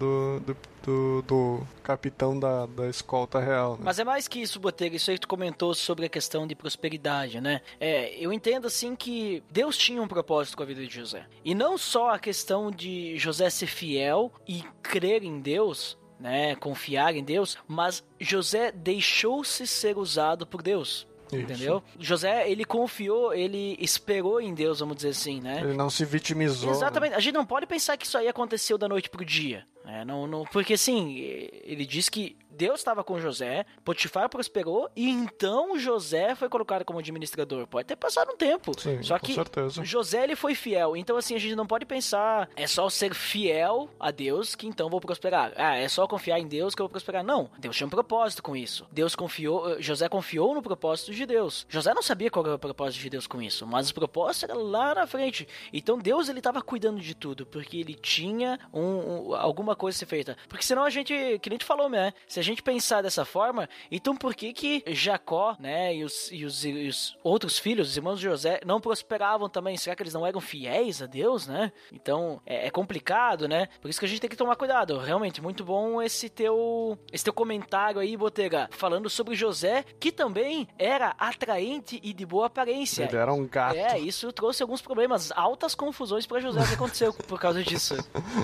Speaker 4: do capitão da escolta real, né?
Speaker 2: Mas é mais que isso, Botega, isso aí que tu comentou sobre a questão de prosperidade, né? Eu entendo assim que Deus tinha um propósito com a vida de José. E não só a questão de José ser fiel e crer em Deus, né, confiar em Deus, mas José deixou-se ser usado por Deus. Isso. Entendeu? José, ele confiou, ele esperou em Deus, vamos dizer assim, né?
Speaker 4: Ele não se vitimizou.
Speaker 2: Exatamente.
Speaker 4: Né?
Speaker 2: A gente não pode pensar que isso aí aconteceu da noite pro dia. Porque assim, ele diz que Deus estava com José, Potifar prosperou e então José foi colocado como administrador. Pode ter passado um tempo.
Speaker 4: Sim,
Speaker 2: só
Speaker 4: com
Speaker 2: que
Speaker 4: certeza.
Speaker 2: José, ele foi fiel. Então, assim, a gente não pode pensar é só ser fiel a Deus que então vou prosperar. É só confiar em Deus que eu vou prosperar. Não, Deus tinha um propósito com isso. José confiou no propósito de Deus. José não sabia qual era o propósito de Deus com isso, mas o propósito era lá na frente. Então Deus, ele estava cuidando de tudo, porque ele tinha alguma coisa a ser feita. Porque senão a gente, que nem tu falou, né? Se a gente pensar dessa forma, então por que Jacó, né, e os outros filhos, os irmãos de José, não prosperavam também? Será que eles não eram fiéis a Deus, né? Então é complicado, né? Por isso que a gente tem que tomar cuidado. Realmente, muito bom esse teu comentário aí, Botega, falando sobre José, que também era atraente e de boa aparência.
Speaker 4: Ele era um gato.
Speaker 2: Isso trouxe alguns problemas, altas confusões pra José. O que aconteceu por causa disso?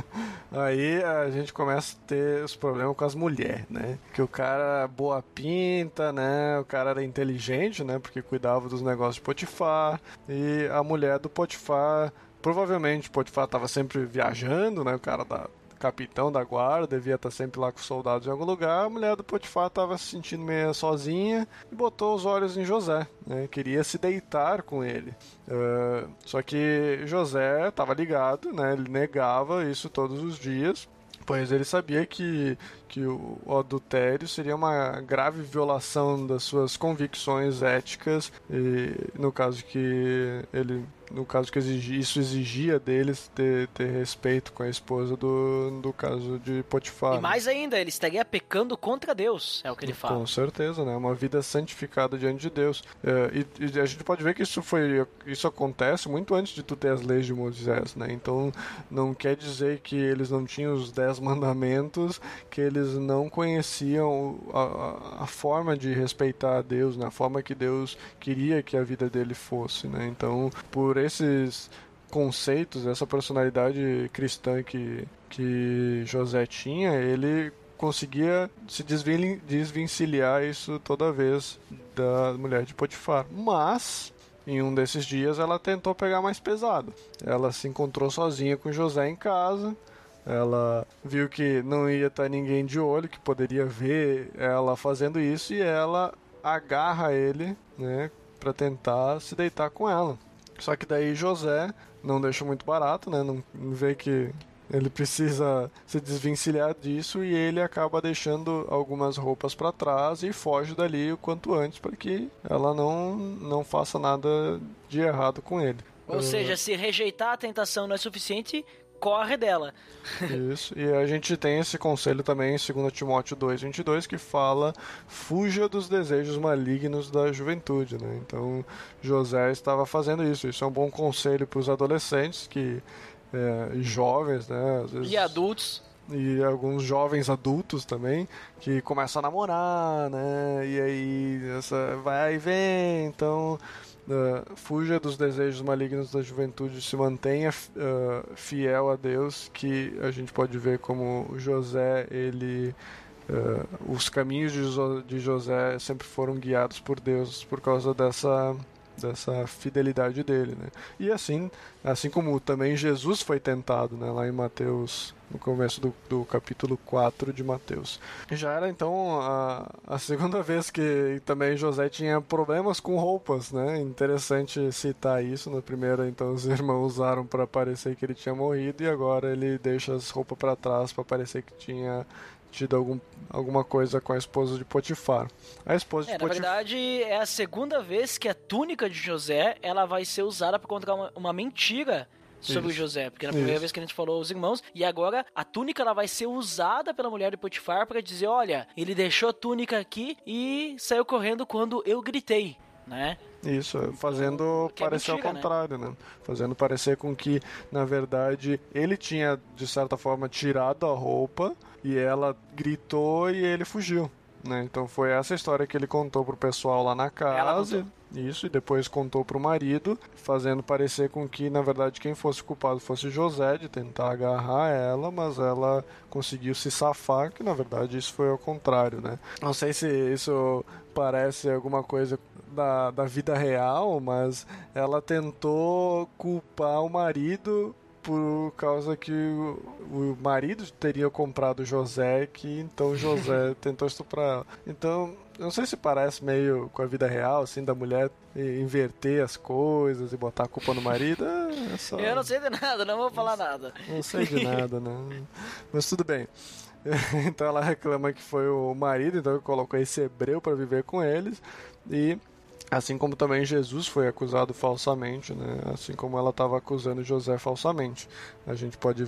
Speaker 4: Aí a gente começa a ter os problemas com as mulheres, né? Que o cara era boa pinta, né? O cara era inteligente, né? Porque cuidava dos negócios de Potifar. E a mulher do Potifar, provavelmente Potifar estava sempre viajando, né? O cara capitão da guarda, devia estar sempre lá com os soldados em algum lugar. A mulher do Potifar estava se sentindo meio sozinha e botou os olhos em José, né? Queria se deitar com ele. Só que José estava ligado, né? Ele negava isso todos os dias, pois ele sabia que o adultério seria uma grave violação das suas convicções éticas, e no caso que isso exigia deles ter respeito com a esposa do caso de Potifar.
Speaker 2: E mais ainda, ele estaria pecando contra Deus, é o que ele fala.
Speaker 4: Com certeza, né? Uma vida santificada diante de Deus. E a gente pode ver que isso acontece muito antes de tu ter as leis de Moisés, né? Então não quer dizer que eles não tinham os 10 mandamentos, que eles não conheciam a forma de respeitar a Deus, né? A forma que Deus queria que a vida dele fosse, né? Então, por esses conceitos, essa personalidade cristã que José tinha, ele conseguia se desvencilhar isso toda vez da mulher de Potifar. Mas em um desses dias ela tentou pegar mais pesado. Ela se encontrou sozinha com José em casa. Ela viu que não ia estar ninguém de olho, que poderia ver ela fazendo isso, e ela agarra ele, né, para tentar se deitar com ela. Só que daí José não deixa muito barato, né, não vê que ele precisa se desvencilhar disso, e ele acaba deixando algumas roupas para trás e foge dali o quanto antes, para que ela não faça nada de errado com ele.
Speaker 2: Ou seja, se rejeitar a tentação não é suficiente, corre dela.
Speaker 4: Isso, e a gente tem esse conselho também em 2 Timóteo 2:22, que fala: fuja dos desejos malignos da juventude, né? Então José estava fazendo isso. Isso é um bom conselho para os adolescentes, jovens, né? Às vezes,
Speaker 2: e adultos.
Speaker 4: E alguns jovens adultos também, que começam a namorar, né? E aí vai e vem. Então fuja dos desejos malignos da juventude, se mantenha fiel a Deus, que a gente pode ver como José, os caminhos de José sempre foram guiados por Deus por causa dessa fidelidade dele, né? E assim como também Jesus foi tentado, né, lá em Mateus, no começo do capítulo 4 de Mateus. Já era então a segunda vez que também José tinha problemas com roupas, né? Interessante citar isso. Na primeira, então, os irmãos usaram para parecer que ele tinha morrido, e agora ele deixa as roupas para trás para parecer que tinha tido alguma coisa com a esposa de Potifar. A esposa de Potifar...
Speaker 2: Na verdade, é a segunda vez que a túnica de José ela vai ser usada para contar uma mentira sobre o José, porque na primeira vez que a gente falou aos irmãos, e agora a túnica ela vai ser usada pela mulher de Potifar para dizer: olha, ele deixou a túnica aqui e saiu correndo quando eu gritei, né?
Speaker 4: Isso, fazendo parecer ao contrário, né? Fazendo parecer com que, na verdade, ele tinha, de certa forma, tirado a roupa, e ela gritou e ele fugiu, né? Então foi essa história que ele contou pro pessoal lá na casa. Isso, e depois contou pro marido, fazendo parecer com que, na verdade, quem fosse culpado fosse José, de tentar agarrar ela, mas ela conseguiu se safar, que na verdade isso foi ao contrário, né? Não sei se isso parece alguma coisa da vida real, mas ela tentou culpar o marido por causa que o marido teria comprado José, que então José tentou estuprar ela. Então, eu não sei se parece meio com a vida real, assim, da mulher inverter as coisas e botar a culpa no marido. É só...
Speaker 2: Eu não sei de nada, não vou falar nada.
Speaker 4: Não sei de nada, né? Mas tudo bem. Então ela reclama que foi o marido, então colocou esse hebreu para viver com eles. E assim como também Jesus foi acusado falsamente, né? Assim como ela estava acusando José falsamente. A gente pode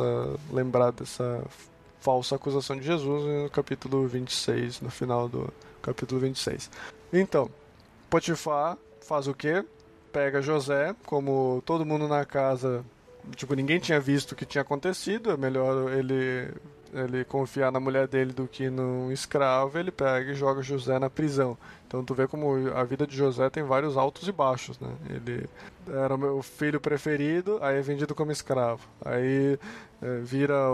Speaker 4: lembrar dessa falsa acusação de Jesus no capítulo 26, no final do capítulo 26. Então, Potifar faz o quê? Pega José, como todo mundo na casa, tipo, ninguém tinha visto o que tinha acontecido, é melhor ele confiar na mulher dele do que num escravo, ele pega e joga José na prisão. Então tu vê como a vida de José tem vários altos e baixos, né? Ele era o meu filho preferido, aí é vendido como escravo. Aí vira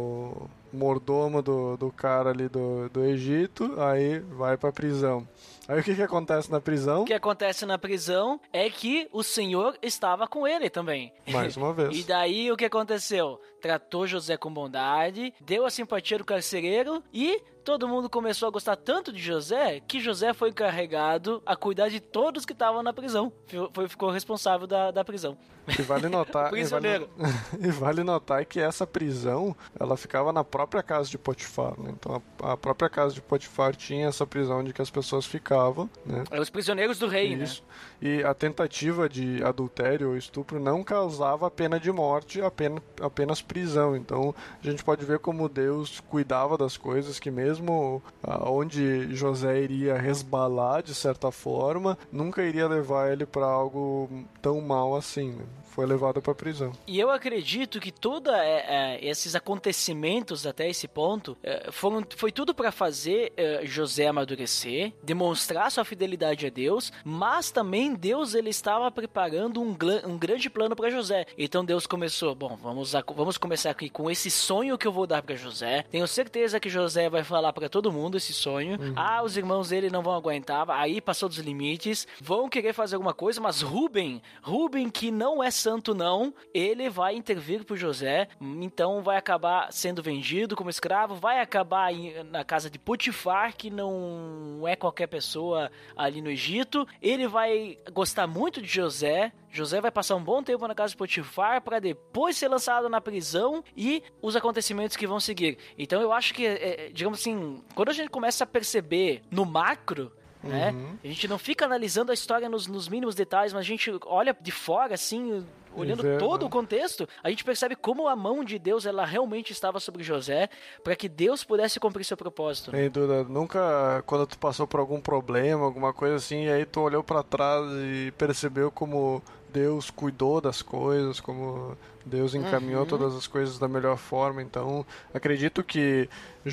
Speaker 4: o mordomo do cara ali do Egito, aí vai pra prisão. Aí o que acontece na prisão?
Speaker 2: O que acontece na prisão é que o Senhor estava com ele também.
Speaker 4: Mais uma vez.
Speaker 2: E daí o que aconteceu? Tratou José com bondade, deu a simpatia do carcereiro e todo mundo começou a gostar tanto de José que José foi encarregado a cuidar de todos que estavam na prisão. Ficou responsável da prisão.
Speaker 4: E vale notar,
Speaker 2: Prisioneiro.
Speaker 4: e vale notar que essa prisão, ela ficava na própria casa de Potifar, né? Então a própria casa de Potifar tinha essa prisão onde que as pessoas ficavam, né?
Speaker 2: Os prisioneiros do rei,
Speaker 4: Isso. Né? E a tentativa de adultério ou estupro não causava pena de morte, apenas prisão. Então a gente pode ver como Deus cuidava das coisas, que mesmo onde José iria resbalar de certa forma, nunca iria levar ele para algo tão mal assim, né? Foi levado para prisão.
Speaker 2: E eu acredito que todos esses acontecimentos até esse ponto foi tudo para fazer José amadurecer, demonstrar sua fidelidade a Deus, mas também Deus ele estava preparando um grande plano para José. Então Deus começou, vamos começar aqui com esse sonho que eu vou dar para José. Tenho certeza que José vai falar para todo mundo esse sonho. Os irmãos dele não vão aguentar, aí passou dos limites, vão querer fazer alguma coisa, mas Rúben que não é santo não, ele vai intervir por José, então vai acabar sendo vendido como escravo, vai acabar na casa de Potifar, que não é qualquer pessoa ali no Egito. Ele vai gostar muito de José vai passar um bom tempo na casa de Potifar para depois ser lançado na prisão e os acontecimentos que vão seguir. Então eu acho que, digamos assim, quando a gente começa a perceber no macro, né? A gente não fica analisando a história nos mínimos detalhes, mas a gente olha de fora, assim, olhando todo o contexto, a gente percebe como a mão de Deus, ela realmente estava sobre José, para que Deus pudesse cumprir seu propósito.
Speaker 4: Ei, Duda, nunca, quando tu passou por algum problema, alguma coisa assim, e aí tu olhou para trás e percebeu como Deus cuidou das coisas, como Deus encaminhou todas as coisas da melhor forma. Então, acredito que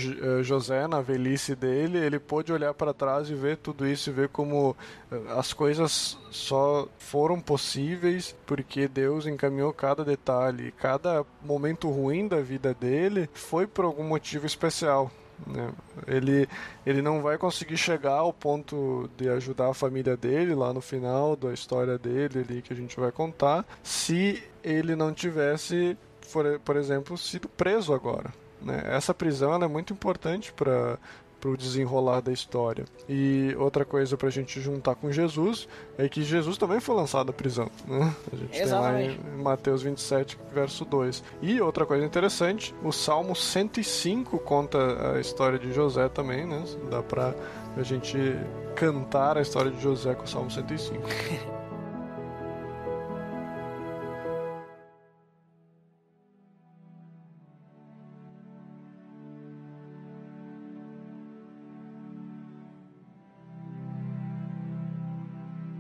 Speaker 4: José, na velhice dele, ele pôde olhar para trás e ver tudo isso e ver como as coisas só foram possíveis porque Deus encaminhou cada detalhe. Cada momento ruim da vida dele foi por algum motivo especial. Ele não vai conseguir chegar ao ponto de ajudar a família dele lá no final da história dele ali, que a gente vai contar, se ele não tivesse, por exemplo, sido preso agora, né? Essa prisão ela é muito importante para o desenrolar da história. E outra coisa pra gente juntar com Jesus é que Jesus também foi lançado da prisão, né? A gente
Speaker 2: Exatamente.
Speaker 4: tem lá em Mateus 27, verso 2. E outra coisa interessante, o Salmo 105 conta a história de José também, né? Dá pra a gente cantar a história de José com o Salmo 105.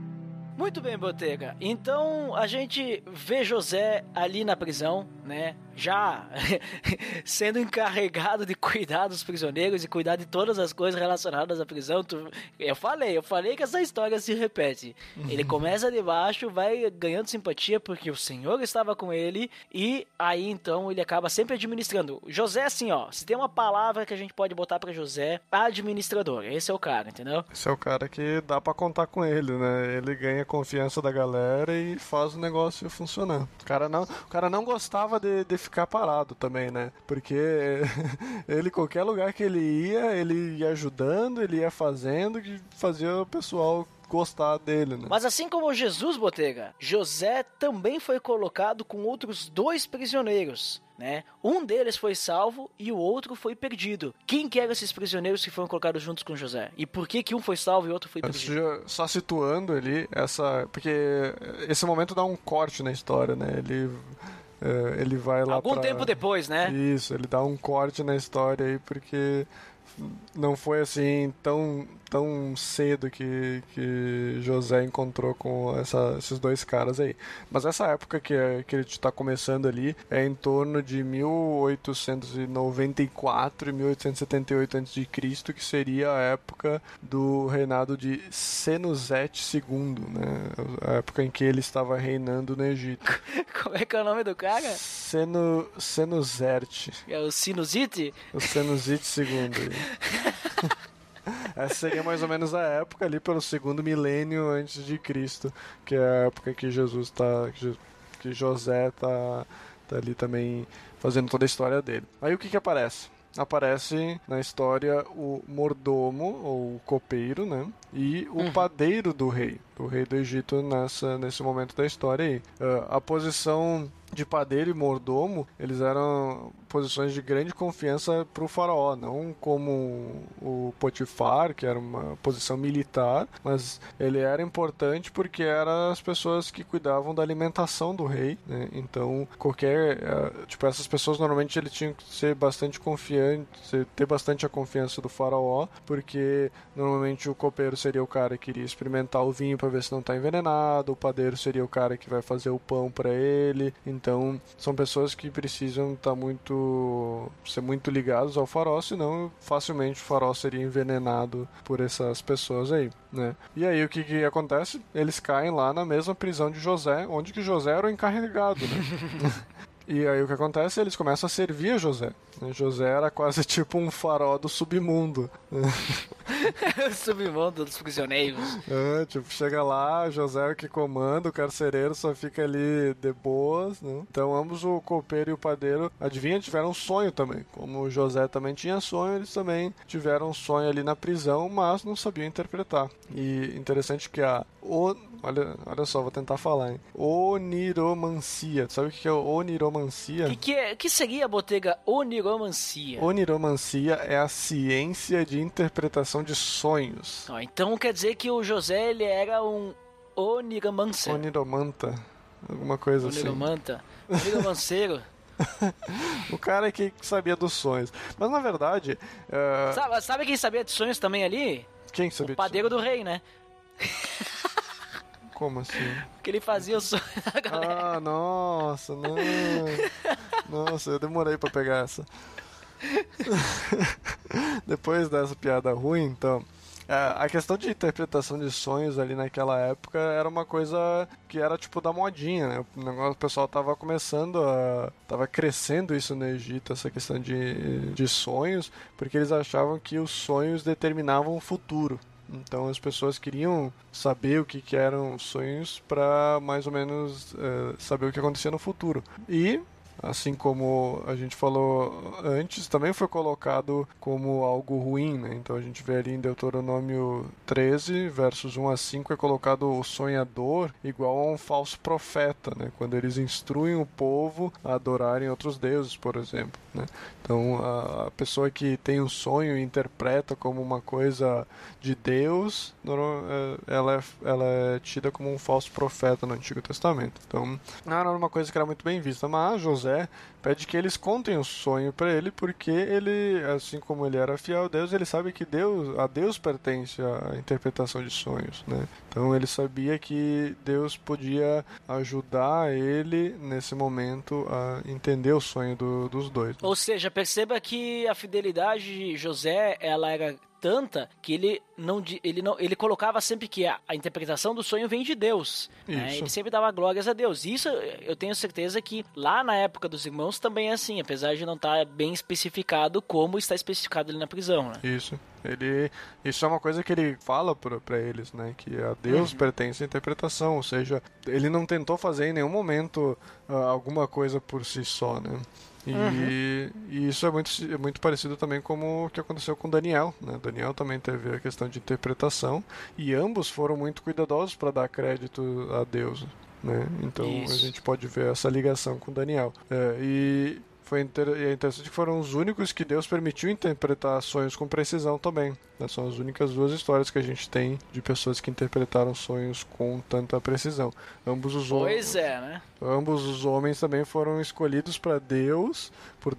Speaker 2: Muito bem, Botega. Então a gente vê José ali na prisão, né? já sendo encarregado de cuidar dos prisioneiros e cuidar de todas as coisas relacionadas à prisão. Eu falei que essa história se repete. Ele começa de baixo, vai ganhando simpatia porque o Senhor estava com ele, e aí então ele acaba sempre administrando. José, assim, ó, se tem uma palavra que a gente pode botar pra José, administrador. Esse é o cara, entendeu?
Speaker 4: Esse é o cara que dá pra contar com ele, né? Ele ganha a confiança da galera e faz o negócio funcionar. O cara não gostava de ficar parado também, né? Porque ele, qualquer lugar que ele ia ajudando, ele ia fazendo, que fazia o pessoal gostar dele, né?
Speaker 2: Mas assim como Jesus, Botega, José também foi colocado com outros 2 prisioneiros, né? Um deles foi salvo e o outro foi perdido. Quem que eram esses prisioneiros que foram colocados juntos com José? E por que um foi salvo e o outro foi perdido?
Speaker 4: Só situando ali, porque esse momento dá um corte na história, né? Ele vai lá
Speaker 2: algum tempo depois, né?
Speaker 4: Isso, ele dá um corte na história aí, porque não foi assim tão cedo que José encontrou com esses 2 caras aí. Mas essa época que ele está começando ali é em torno de 1894 e 1878 a.C., que seria a época do reinado de Senusete II, né? A época em que ele estava reinando no Egito.
Speaker 2: Como é que é o nome do cara?
Speaker 4: Senuserte.
Speaker 2: É o Sinusite?
Speaker 4: O Senusite II. Essa seria mais ou menos a época ali pelo 2º milênio antes de Cristo, que é a época que que José tá ali também fazendo toda a história dele. Aí o que aparece? Aparece na história o mordomo, ou o copeiro, né? E o padeiro do rei do Egito nesse momento da história aí. A posição de padeiro e mordomo, eles eram posições de grande confiança para o faraó, não como o Potifar, que era uma posição militar, mas ele era importante porque eram as pessoas que cuidavam da alimentação do rei, né? Então, essas pessoas normalmente ele tinha que ser bastante confiante, ter bastante a confiança do faraó, porque normalmente o copeiro seria o cara que iria experimentar o vinho para ver se não está envenenado, o padeiro seria o cara que vai fazer o pão para ele. Então, são pessoas que precisam ser muito ligados ao faraó, senão facilmente o faraó seria envenenado por essas pessoas aí, né? E aí o que acontece? Eles caem lá na mesma prisão de José, onde que José era o encarregado, né? E aí o que acontece? Eles começam a servir a José. José era quase tipo um faraó do submundo.
Speaker 2: Submundo dos prisioneiros.
Speaker 4: Chega lá, José é o que comanda, o carcereiro só fica ali de boas, né? Então ambos, o copeiro e o padeiro, adivinha, tiveram um sonho também. Como o José também tinha sonho, eles também tiveram um sonho ali na prisão, mas não sabiam interpretar. E interessante que olha só, vou tentar falar, hein? Oniromancia. Sabe o que é oniromancia?
Speaker 2: Que seria, Botega, oniromancia?
Speaker 4: Oniromancia é a ciência de interpretação de sonhos.
Speaker 2: Então quer dizer que o José, ele era um oniromancer.
Speaker 4: Oniromanta. Alguma coisa
Speaker 2: Oniromanta. Oniromanceiro.
Speaker 4: O cara que sabia dos sonhos. Mas na verdade...
Speaker 2: Sabe quem sabia de sonhos também ali?
Speaker 4: Quem sabia?
Speaker 2: O padeiro do rei, né?
Speaker 4: Como assim?
Speaker 2: Porque ele fazia o sonho da galera.
Speaker 4: Ah, nossa, não. Nossa, eu demorei pra pegar essa. Depois dessa piada ruim, então... A questão de interpretação de sonhos ali naquela época era uma coisa que era tipo da modinha, né? O pessoal tava tava crescendo isso no Egito, essa questão de sonhos, porque eles achavam que os sonhos determinavam o futuro. Então as pessoas queriam saber o que eram sonhos para mais ou menos saber o que acontecia no futuro. E, assim como a gente falou antes, também foi colocado como algo ruim, né? Então a gente vê ali em Deuteronômio 13, versos 1 a 5, é colocado o sonhador igual a um falso profeta, né? Quando eles instruem o povo a adorarem outros deuses, por exemplo, né? Então, a pessoa que tem um sonho e interpreta como uma coisa de Deus, ela é tida como um falso profeta no Antigo Testamento. Então, não era uma coisa que era muito bem vista, mas José pede que eles contem o sonho para ele, porque ele, assim como ele era fiel a Deus, ele sabe que a Deus pertence a interpretação de sonhos, né? Então ele sabia que Deus podia ajudar ele nesse momento a entender o sonho dos dois.
Speaker 2: Ou seja, perceba que a fidelidade de José, ela era tanta que ele colocava sempre que a interpretação do sonho vem de Deus, né? Ele sempre dava glórias a Deus. Isso eu tenho certeza que lá na época dos irmãos também é assim, apesar de não estar bem especificado como está especificado ali na prisão, né?
Speaker 4: Isso é uma coisa que ele fala para eles, né? Que a Deus pertence a interpretação, ou seja, ele não tentou fazer em nenhum momento alguma coisa por si só, né? E isso é muito parecido também com o que aconteceu com Daniel, né? Daniel também teve a questão de interpretação e ambos foram muito cuidadosos para dar crédito a Deus, né? Então a gente pode ver essa ligação com Daniel. É interessante que foram os únicos que Deus permitiu interpretar sonhos com precisão também. São as únicas duas histórias que a gente tem de pessoas que interpretaram sonhos com tanta precisão. Ambos os homens também foram escolhidos por Deus,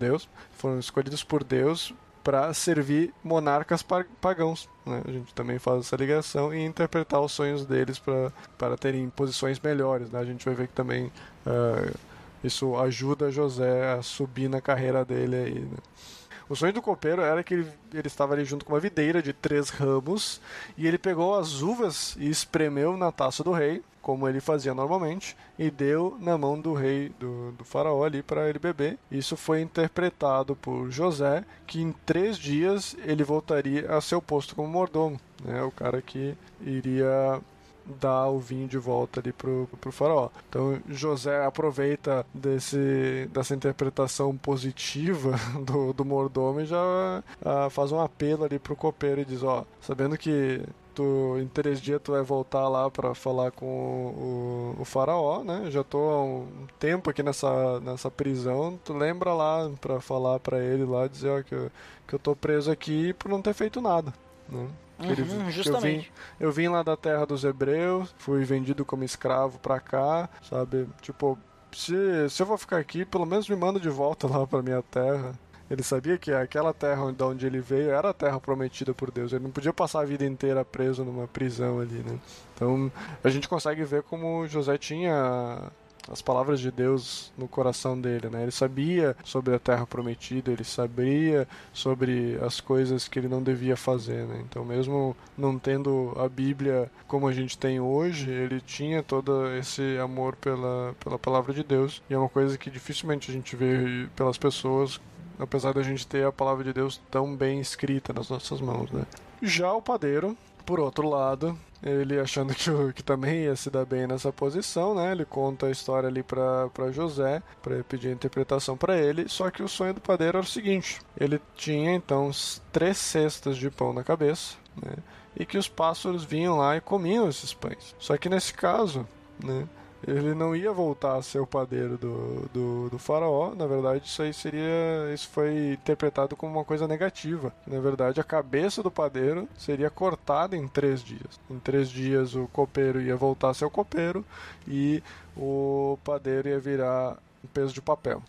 Speaker 4: para servir monarcas pagãos, né? A gente também faz essa ligação e interpretar os sonhos deles para terem posições melhores, né? A gente vai ver que também isso ajuda José a subir na carreira dele aí, né? O sonho do copeiro era que ele estava ali junto com uma videira de 3 ramos e ele pegou as uvas e espremeu na taça do rei, como ele fazia normalmente, e deu na mão do rei, do faraó ali para ele beber. Isso foi interpretado por José, que em 3 dias ele voltaria a seu posto como mordomo, né? O cara que iria dar o vinho de volta ali pro faraó. Então José aproveita dessa interpretação positiva do mordomo e já faz um apelo ali pro copeiro e diz, sabendo que em 3 dias tu vai voltar lá para falar com o faraó, né? Já tô há um tempo aqui nessa prisão, tu lembra lá para falar para ele lá, dizer que eu tô preso aqui por não ter feito nada, né?
Speaker 2: Justamente.
Speaker 4: Eu vim lá da terra dos hebreus, fui vendido como escravo pra cá, sabe? Tipo, se eu vou ficar aqui, pelo menos me manda de volta lá pra minha terra. Ele sabia que aquela terra de onde ele veio era a terra prometida por Deus. Ele não podia passar a vida inteira preso numa prisão ali, né? Então, a gente consegue ver como José tinha as palavras de Deus no coração dele, né? Ele sabia sobre a terra prometida, ele sabia sobre as coisas que ele não devia fazer, né? Então, mesmo não tendo a Bíblia como a gente tem hoje, ele tinha todo esse amor pela palavra de Deus, e é uma coisa que dificilmente a gente vê pelas pessoas, apesar da gente ter a palavra de Deus tão bem escrita nas nossas mãos, né? Já o padeiro, por outro lado, ele achando que também ia se dar bem nessa posição, né? Ele conta a história ali para José, para pedir a interpretação para ele, só que o sonho do padeiro era o seguinte: ele tinha então 3 cestas de pão na cabeça, né? E que os pássaros vinham lá e comiam esses pães. Só que nesse caso, né, ele não ia voltar a ser o padeiro do faraó. Na verdade, isso foi interpretado como uma coisa negativa. Na verdade, a cabeça do padeiro seria cortada em 3 dias. Em 3 dias o copeiro ia voltar a ser o copeiro e o padeiro ia virar um peso de papel.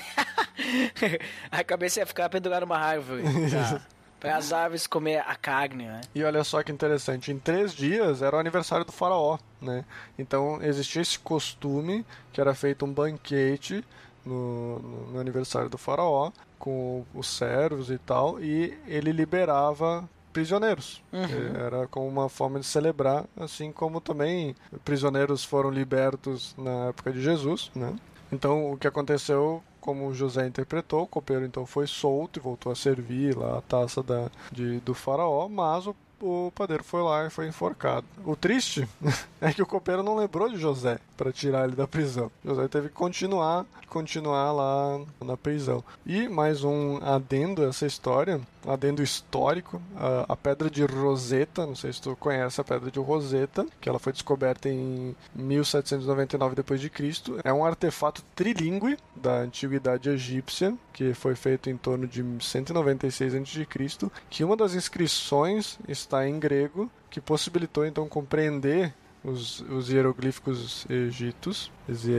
Speaker 2: A cabeça ia ficar pendurada numa árvore. Para as aves comer a carne, né?
Speaker 4: E olha só que interessante, em 3 dias era o aniversário do faraó, né? Então existia esse costume que era feito um banquete no aniversário do faraó, com os servos e tal, e ele liberava prisioneiros. Era como uma forma de celebrar, assim como também prisioneiros foram libertos na época de Jesus, né? Então o que aconteceu, como José interpretou, o copeiro então foi solto e voltou a servir lá a taça do faraó, mas o padeiro foi lá e foi enforcado. O triste é que o copeiro não lembrou de José para tirar ele da prisão. José teve que continuar lá na prisão. E mais um adendo a essa história um adendo histórico, a pedra de Rosetta, não sei se tu conhece a pedra de Rosetta, que ela foi descoberta em 1799 d.C. É um artefato trilingüe da antiguidade egípcia, que foi feito em torno de 196 a.C., que uma das inscrições está em grego, que possibilitou então compreender os hieroglifos egípcios,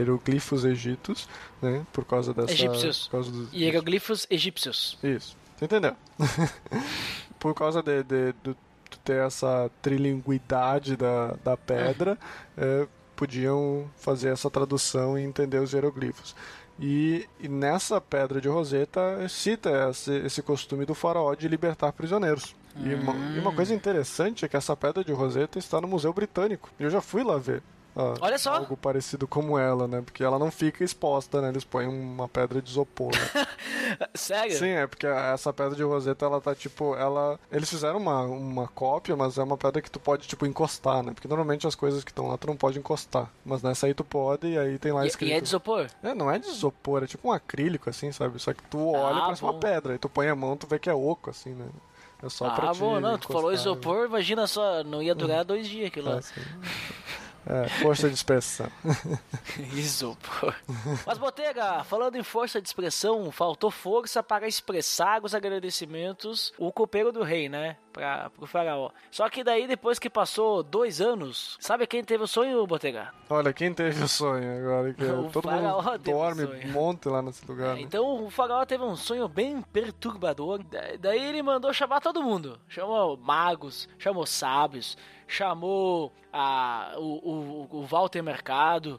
Speaker 4: né, por causa dessa...
Speaker 2: Egípcios.
Speaker 4: Por causa dos...
Speaker 2: Hieroglifos egípcios.
Speaker 4: Isso, você entendeu? Por causa de ter essa trilinguidade da pedra, podiam fazer essa tradução e entender os hieroglifos. E nessa pedra de Rosetta cita esse costume do faraó de libertar prisioneiros. E uma coisa interessante é que essa pedra de Rosetta está no Museu Britânico. Eu já fui lá ver.
Speaker 2: Olha só.
Speaker 4: Algo parecido como ela, né? Porque ela não fica exposta, né? Eles põem uma pedra de isopor. Né?
Speaker 2: Sério?
Speaker 4: Sim, é porque essa pedra de Rosetta, ela tá tipo... Eles fizeram uma cópia, mas é uma pedra que tu pode, tipo, encostar, né? Porque normalmente as coisas que estão lá tu não pode encostar. Mas nessa aí tu pode, e aí tem lá escrito...
Speaker 2: E é de isopor?
Speaker 4: Não é de isopor, é tipo um acrílico, assim, sabe? Só que tu olha e parece uma pedra. Aí tu põe a mão, tu vê que é oco, assim, né? É só pra te
Speaker 2: bom, não, tu
Speaker 4: encostar,
Speaker 2: falou isopor, imagina só, não ia durar 2 dias aquilo lá.
Speaker 4: Força de expressão.
Speaker 2: Isopor. Mas, Botega, falando em força de expressão, faltou força para expressar os agradecimentos o copeiro do rei, né? Pro faraó. Só que daí, depois que passou 2 anos, sabe quem teve o sonho, Botega?
Speaker 4: Olha, quem teve o sonho agora? Que todo mundo dorme um monte lá nesse lugar. Né?
Speaker 2: Então, o faraó teve um sonho bem perturbador. Daí ele mandou chamar todo mundo. Chamou magos, chamou sábios, chamou o Walter Mercado.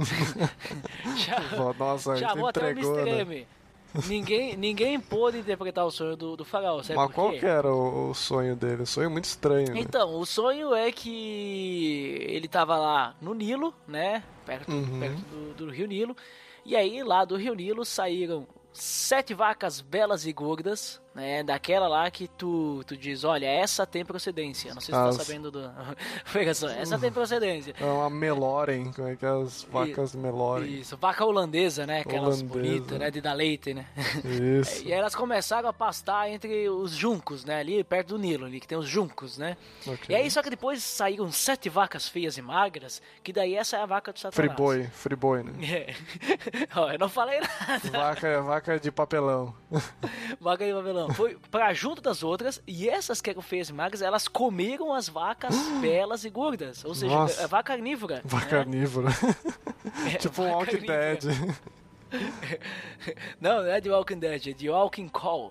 Speaker 4: Nossa,
Speaker 2: chamou até
Speaker 4: entregou,
Speaker 2: o Mr.
Speaker 4: né?
Speaker 2: M. Ninguém pôde interpretar o sonho do faraó, sabe?
Speaker 4: Mas qual que era o sonho dele? Um sonho muito estranho, né?
Speaker 2: Então, o sonho é que ele tava lá no Nilo, né? Perto do Rio Nilo. E aí, lá do Rio Nilo, saíram 7 vacas belas e gordas, né? Daquela lá que tu diz, olha, essa tem procedência. Não sei se tu tá sabendo do... essa tem procedência.
Speaker 4: É uma Meloren, como é que é as vacas Meloren?
Speaker 2: Isso, vaca holandesa, né? Aquelas bonitas, né? De dar leite, né?
Speaker 4: Isso.
Speaker 2: E elas começaram a pastar entre os juncos, né? Ali perto do Nilo, ali que tem os juncos, né? Okay. E aí, só que depois saíram 7 vacas feias e magras, que daí essa é a vaca do Satanás.
Speaker 4: Friboi, né?
Speaker 2: Ó, eu não falei nada.
Speaker 4: Vaca de papelão.
Speaker 2: Vaca de papelão. Foi pra junto das outras, e essas que eram feias e magras, elas comeram as vacas belas e gordas. Ou seja, é vaca carnívora.
Speaker 4: Vaca carnívora. Tipo um Walking Dead.
Speaker 2: Não é de Walking Dead, é de Walking Call.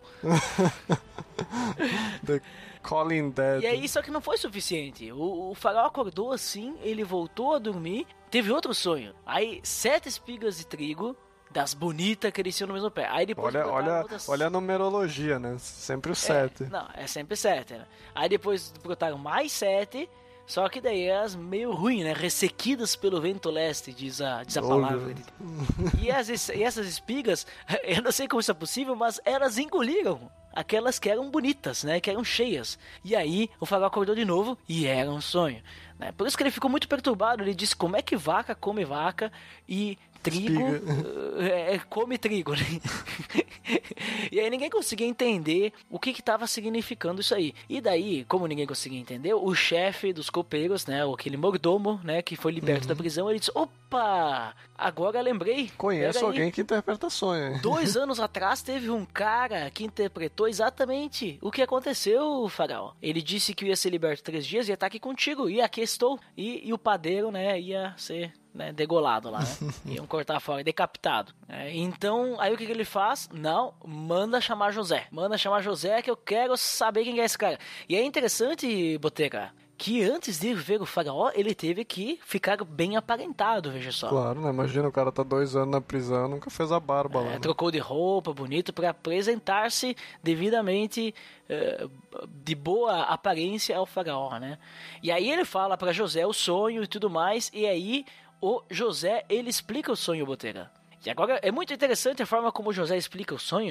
Speaker 4: The Calling Dead.
Speaker 2: E aí, só que não foi suficiente. O faraó acordou assim, ele voltou a dormir, teve outro sonho. Aí, 7 espigas de trigo, das bonitas que eles tinham no mesmo pé. Aí depois
Speaker 4: olha a numerologia, né? Sempre o 7.
Speaker 2: Não, é sempre 7, né? Aí depois brotaram mais 7, só que daí elas meio ruim, né? Ressequidas pelo vento leste, diz a palavra. E essas espigas, eu não sei como isso é possível, mas elas engoliram aquelas que eram bonitas, né? Que eram cheias. E aí o faraó acordou de novo e era um sonho, né? Por isso que ele ficou muito perturbado. Ele disse, como é que vaca come vaca e trigo come trigo, né? E aí ninguém conseguia entender o que estava significando isso aí. E daí, como ninguém conseguia entender, o chefe dos copeiros, né, aquele mordomo, né, que foi liberto da prisão, ele disse, opa, agora lembrei.
Speaker 4: Conheço alguém que interpreta sonho.
Speaker 2: 2 anos atrás teve um cara que interpretou exatamente o que aconteceu, faraó. Ele disse que ia ser liberto 3 dias e ia estar aqui contigo, e aqui estou. E o padeiro, né, ia ser... né, degolado lá, né? Iam cortar fora, decapitado. Então, aí o que ele faz? Não, manda chamar José. Manda chamar José que eu quero saber quem é esse cara. E é interessante, Botega, que antes de ver o faraó, ele teve que ficar bem aparentado, veja só.
Speaker 4: Claro, né? Imagina, o cara tá 2 anos na prisão, nunca fez a barba lá. Né?
Speaker 2: Trocou de roupa, bonito, para apresentar-se devidamente de boa aparência ao faraó, né? E aí ele fala para José o sonho e tudo mais, e aí o José, ele explica o sonho, Botega. E agora é muito interessante a forma como o José explica o sonho,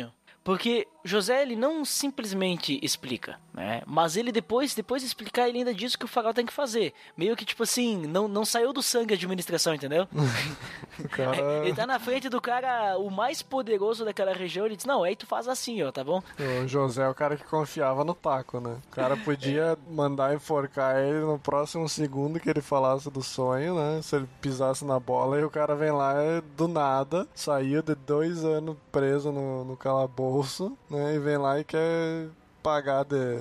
Speaker 2: Porque José, ele não simplesmente explica, né? Mas ele depois de explicar, ele ainda diz o que o faraó tem que fazer. Meio que, tipo assim, não saiu do sangue a administração, entendeu?
Speaker 4: Cara...
Speaker 2: Ele tá na frente do cara, o mais poderoso daquela região, ele diz, não, aí tu faz assim, ó, tá bom?
Speaker 4: O José é o cara que confiava no taco, né? O cara podia mandar enforcar ele no próximo segundo que ele falasse do sonho, né? Se ele pisasse na bola, e o cara vem lá do nada, saiu de 2 anos preso no calabouço, né? E vem lá e quer pagar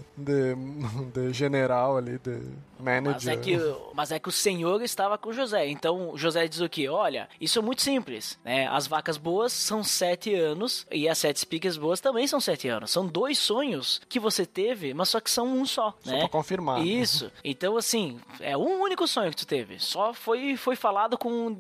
Speaker 4: de general ali, de manager.
Speaker 2: Mas é que o Senhor estava com José. Então José diz o quê? Olha, isso é muito simples, né? As vacas boas são 7 anos e as 7 espigas boas também são 7 anos. São 2 sonhos que você teve, mas só que são um só, né?
Speaker 4: Só pra confirmar.
Speaker 2: Isso. Então, assim, é um único sonho que tu teve. Só foi falado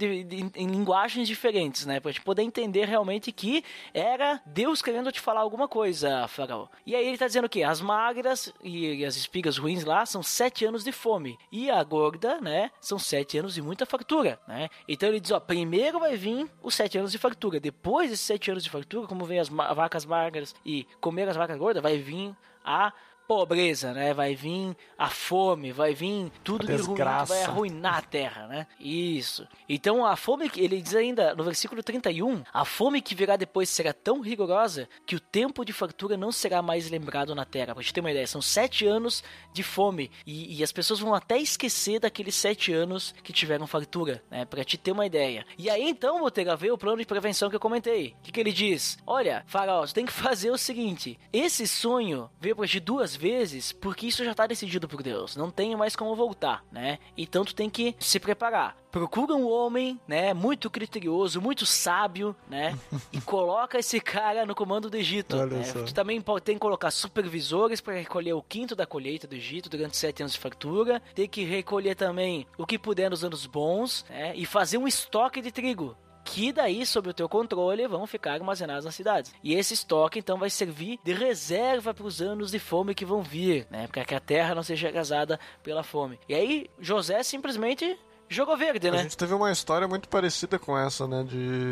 Speaker 2: em linguagens diferentes, né? Pra gente poder entender realmente que era Deus querendo te falar alguma coisa, Faraó. E aí ele tá dizendo o quê? As magras e as espigas ruins lá são 7 anos de fome. E a gorda, né, são 7 anos de muita fartura, né? Então ele diz, ó, primeiro vai vir os 7 anos de fartura. Depois desses 7 anos de fartura, como vem as vacas magras e comer as vacas gordas, vai vir a pobreza, né? Vai vir a fome, vai vir tudo de ruim que vai arruinar a terra, né? Isso. Então a fome, ele diz ainda no versículo 31, a fome que virá depois será tão rigorosa que o tempo de fartura não será mais lembrado na terra. Pra gente ter uma ideia, são 7 anos de fome e as pessoas vão até esquecer daqueles 7 anos que tiveram fartura, né? Pra te ter uma ideia. E aí então, Botega, veio o plano de prevenção que eu comentei. O que ele diz? Olha, Faraó, você tem que fazer o seguinte, esse sonho veio pra ti 2 vezes, porque isso já está decidido por Deus, não tem mais como voltar, né? Então tu tem que se preparar. Procura um homem, né, muito criterioso, muito sábio, né, e coloca esse cara no comando do Egito. Né? Tu também tem que colocar supervisores para recolher o 5º da colheita do Egito durante 7 anos de fartura. Tem que recolher também o que puder nos anos bons, né, e fazer um estoque de trigo, que daí, sob o teu controle, vão ficar armazenados nas cidades. E esse estoque, então, vai servir de reserva para os anos de fome que vão vir, né? Para que a terra não seja arrasada pela fome. E aí, José simplesmente jogou verde, né?
Speaker 4: A gente teve uma história muito parecida com essa, né?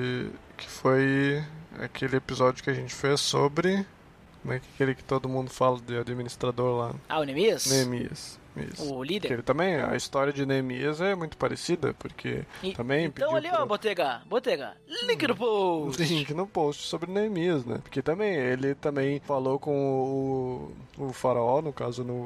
Speaker 4: Que foi aquele episódio que a gente fez sobre... Como é que aquele que todo mundo fala de administrador lá?
Speaker 2: Ah, o Neemias?
Speaker 4: Neemias. Isso.
Speaker 2: O líder?
Speaker 4: Porque ele também, a história de Neemias é muito parecida, porque também
Speaker 2: então ali, ó, Botega, link no post!
Speaker 4: Link no post sobre Neemias, né? Porque também, ele também falou com o faraó, no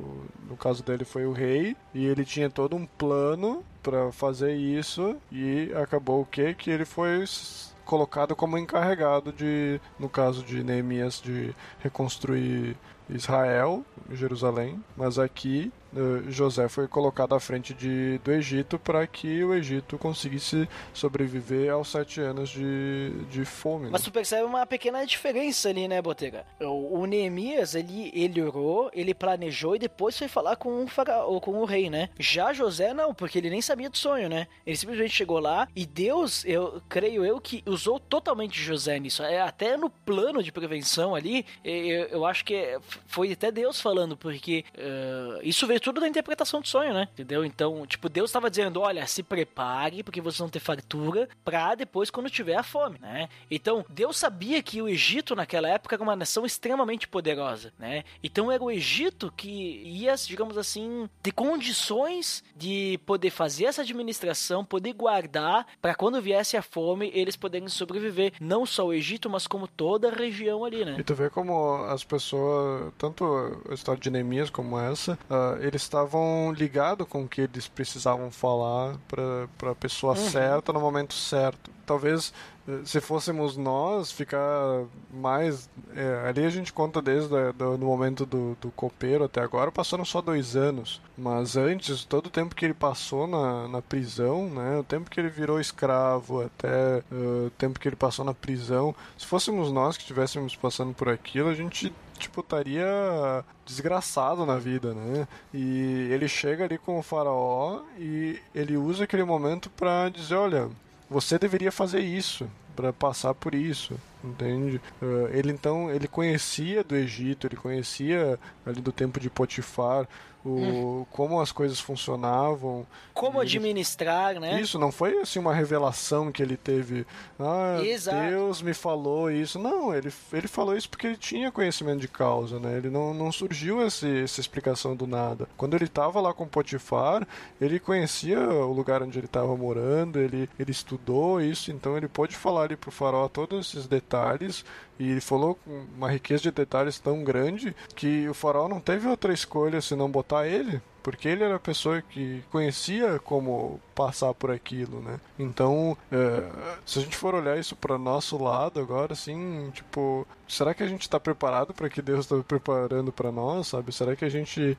Speaker 4: caso dele foi o rei, e ele tinha todo um plano pra fazer isso, e acabou o quê? Que ele foi colocado como encarregado no caso de Neemias, de reconstruir Israel, Jerusalém, mas aqui José foi colocado à frente do Egito para que o Egito conseguisse sobreviver aos 7 anos de fome.
Speaker 2: Mas tu percebe uma pequena diferença ali, né, Botega? O Neemias, ele orou, ele planejou e depois foi falar com o rei, né? Já José não, porque ele nem sabia do sonho, né? Ele simplesmente chegou lá e Deus, creio que usou totalmente José nisso. Até no plano de prevenção ali, eu acho que foi até Deus falando, porque isso veio tudo da interpretação do sonho, né? Entendeu? Então, tipo, Deus estava dizendo, olha, se prepare, porque vocês vão ter fartura, pra depois quando tiver a fome, né? Então, Deus sabia que o Egito naquela época era uma nação extremamente poderosa, né? Então era o Egito que ia, digamos assim, ter condições de poder fazer essa administração, poder guardar, pra quando viesse a fome, eles poderem sobreviver. Não só o Egito, mas como toda a região ali, né?
Speaker 4: E tu vê como as pessoas, tanto a história de Neemias como essa, eles estavam ligados com o que eles precisavam falar para a pessoa certa no momento certo. Talvez se fôssemos nós ficar mais ali a gente conta desde no momento do copeiro até agora, passaram só 2 anos, mas antes, todo o tempo que ele passou na prisão, né, o tempo que ele virou escravo até o tempo que ele passou na prisão, se fôssemos nós que estivéssemos passando por aquilo, a gente estaria desgraçado na vida, né? E ele chega ali com o faraó e ele usa aquele momento para dizer, olha, você deveria fazer isso, para passar por isso. entende? Ele conhecia do Egito, ele conhecia ali do tempo de Potifar, como as coisas funcionavam.
Speaker 2: Como administrar, né?
Speaker 4: Isso, não foi assim uma revelação que ele teve.
Speaker 2: Exato.
Speaker 4: Deus me falou isso. Não, ele falou isso porque ele tinha conhecimento de causa, né? Ele não surgiu essa explicação do nada. Quando ele estava lá com Potifar, ele conhecia o lugar onde ele estava morando, ele estudou isso, então ele pôde falar ali pro faraó todos esses detalhes. E ele falou com uma riqueza de detalhes tão grande que o faraó não teve outra escolha senão botar ele, porque ele era a pessoa que conhecia como passar por aquilo, né? Então, se a gente for olhar isso para nosso lado agora, assim, tipo, será que a gente está preparado para que Deus está preparando para nós, sabe? Será que a gente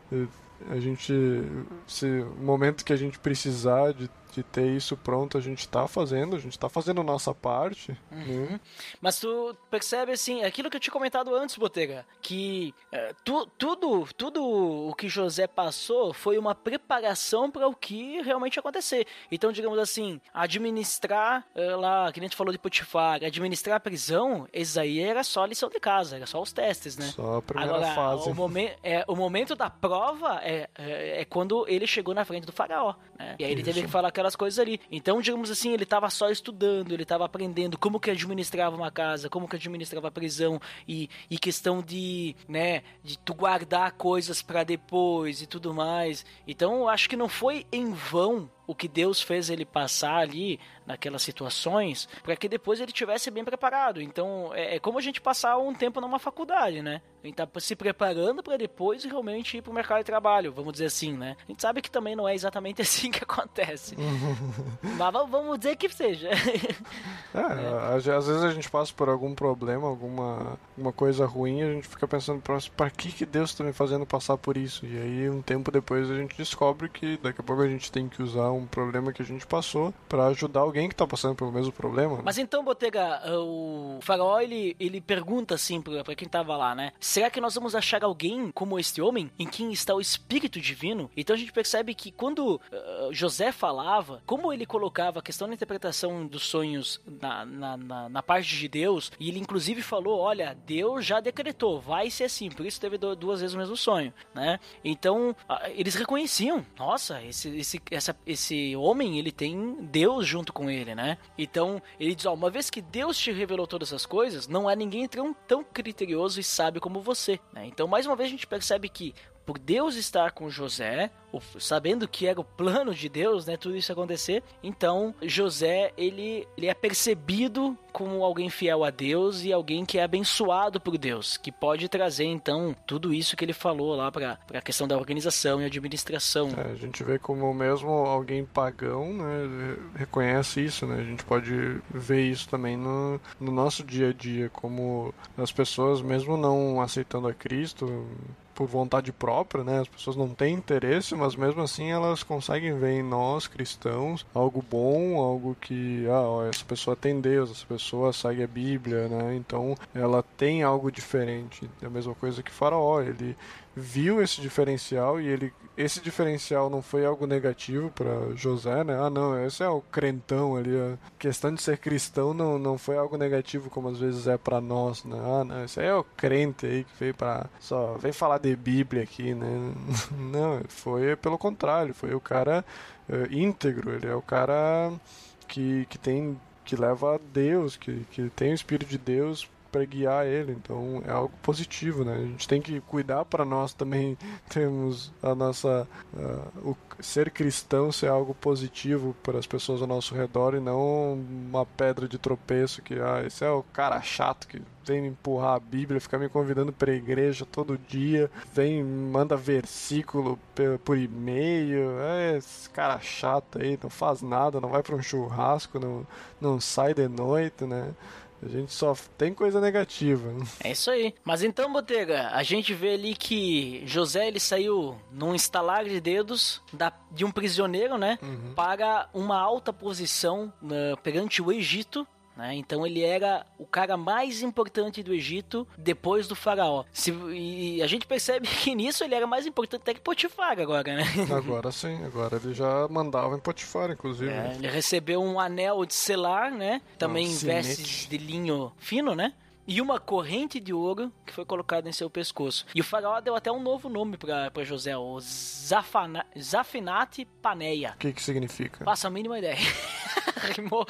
Speaker 4: se o momento que a gente precisar de ter isso pronto, a gente tá fazendo a nossa parte. Né?
Speaker 2: Mas tu percebe, assim, aquilo que eu tinha comentado antes, Botega, que tudo o que José passou foi uma preparação para o que realmente ia acontecer. Então, digamos assim, administrar lá, que nem tu falou de Potifar, administrar a prisão, isso aí era só lição de casa, era só os testes, né?
Speaker 4: Só a primeira fase.
Speaker 2: O momento da prova é quando ele chegou na frente do faraó, né? E aí ele teve que falar aquelas coisas ali. Então, digamos assim, ele estava só estudando, ele estava aprendendo como que administrava uma casa, como que administrava a prisão e questão de, né, de tu guardar coisas para depois e tudo mais. Então, eu acho que não foi em vão o que Deus fez ele passar ali naquelas situações, para que depois ele tivesse bem preparado. Então, é como a gente passar um tempo numa faculdade, né? A gente tá se preparando para depois realmente ir pro mercado de trabalho, vamos dizer assim, né? A gente sabe que também não é exatamente assim que acontece. Mas vamos dizer que seja.
Speaker 4: Às vezes a gente passa por algum problema, alguma coisa ruim, a gente fica pensando, para que Deus tá me fazendo passar por isso? E aí, um tempo depois, a gente descobre que daqui a pouco a gente tem que usar um problema que a gente passou para ajudar alguém que tá passando pelo mesmo problema. Né?
Speaker 2: Mas então, Botega, o faraó, ele pergunta assim pra quem tava lá, né? Será que nós vamos achar alguém como este homem, em quem está o Espírito Divino? Então a gente percebe que quando José falava, como ele colocava a questão da interpretação dos sonhos na parte de Deus, e ele inclusive falou, olha, Deus já decretou, vai ser assim, por isso teve duas vezes o mesmo sonho, né? Então, eles reconheciam, nossa, esse homem, ele tem Deus junto com ele, né? Então, ele diz, uma vez que Deus te revelou todas as coisas, não há ninguém tão criterioso e sábio como você, né? Então, mais uma vez, a gente percebe que por Deus estar com José, sabendo que era o plano de Deus, né, tudo isso acontecer, então José, ele é percebido como alguém fiel a Deus e alguém que é abençoado por Deus, que pode trazer, então, tudo isso que ele falou lá para a questão da organização e administração.
Speaker 4: A gente vê como mesmo alguém pagão, né, reconhece isso, né, a gente pode ver isso também no nosso dia a dia, como as pessoas, mesmo não aceitando a Cristo por vontade própria, né? As pessoas não têm interesse, mas mesmo assim elas conseguem ver em nós, cristãos, algo bom, algo que, essa pessoa tem Deus, essa pessoa segue a Bíblia, né? Então ela tem algo diferente. É a mesma coisa que Faraó, ele viu esse diferencial e esse diferencial não foi algo negativo para José, né? Não, esse é o crentão ali. A questão de ser cristão não foi algo negativo como às vezes é para nós, né? Não, esse aí é o crente aí que veio só vem falar de Bíblia aqui, né? Não, foi pelo contrário, foi o cara íntegro, ele é o cara que leva a Deus, que tem o Espírito de Deus para guiar ele, então é algo positivo, né? A gente tem que cuidar para nós também termos a nossa o ser cristão ser algo positivo para as pessoas ao nosso redor e não uma pedra de tropeço que esse é o cara chato que vem me empurrar a Bíblia, ficar me convidando para a igreja todo dia, manda versículo por e-mail, esse cara chato aí, não faz nada, não vai para um churrasco, não sai de noite, né? A gente só tem coisa negativa.
Speaker 2: É isso aí. Mas então, Botega, a gente vê ali que José, ele saiu num estalar de dedos de um prisioneiro, né? Para uma alta posição perante o Egito, né? Então ele era o cara mais importante do Egito depois do faraó. E a gente percebe que nisso ele era mais importante até que Potifar agora, né?
Speaker 4: Agora sim, agora ele já mandava em Potifar, inclusive.
Speaker 2: Ele recebeu um anel de selar, né? Também em vestes de linho fino, né? E uma corrente de ouro que foi colocada em seu pescoço. E o faraó deu até um novo nome para José, o Zafinat Paneia.
Speaker 4: O que significa?
Speaker 2: Faço a mínima ideia. Rimou.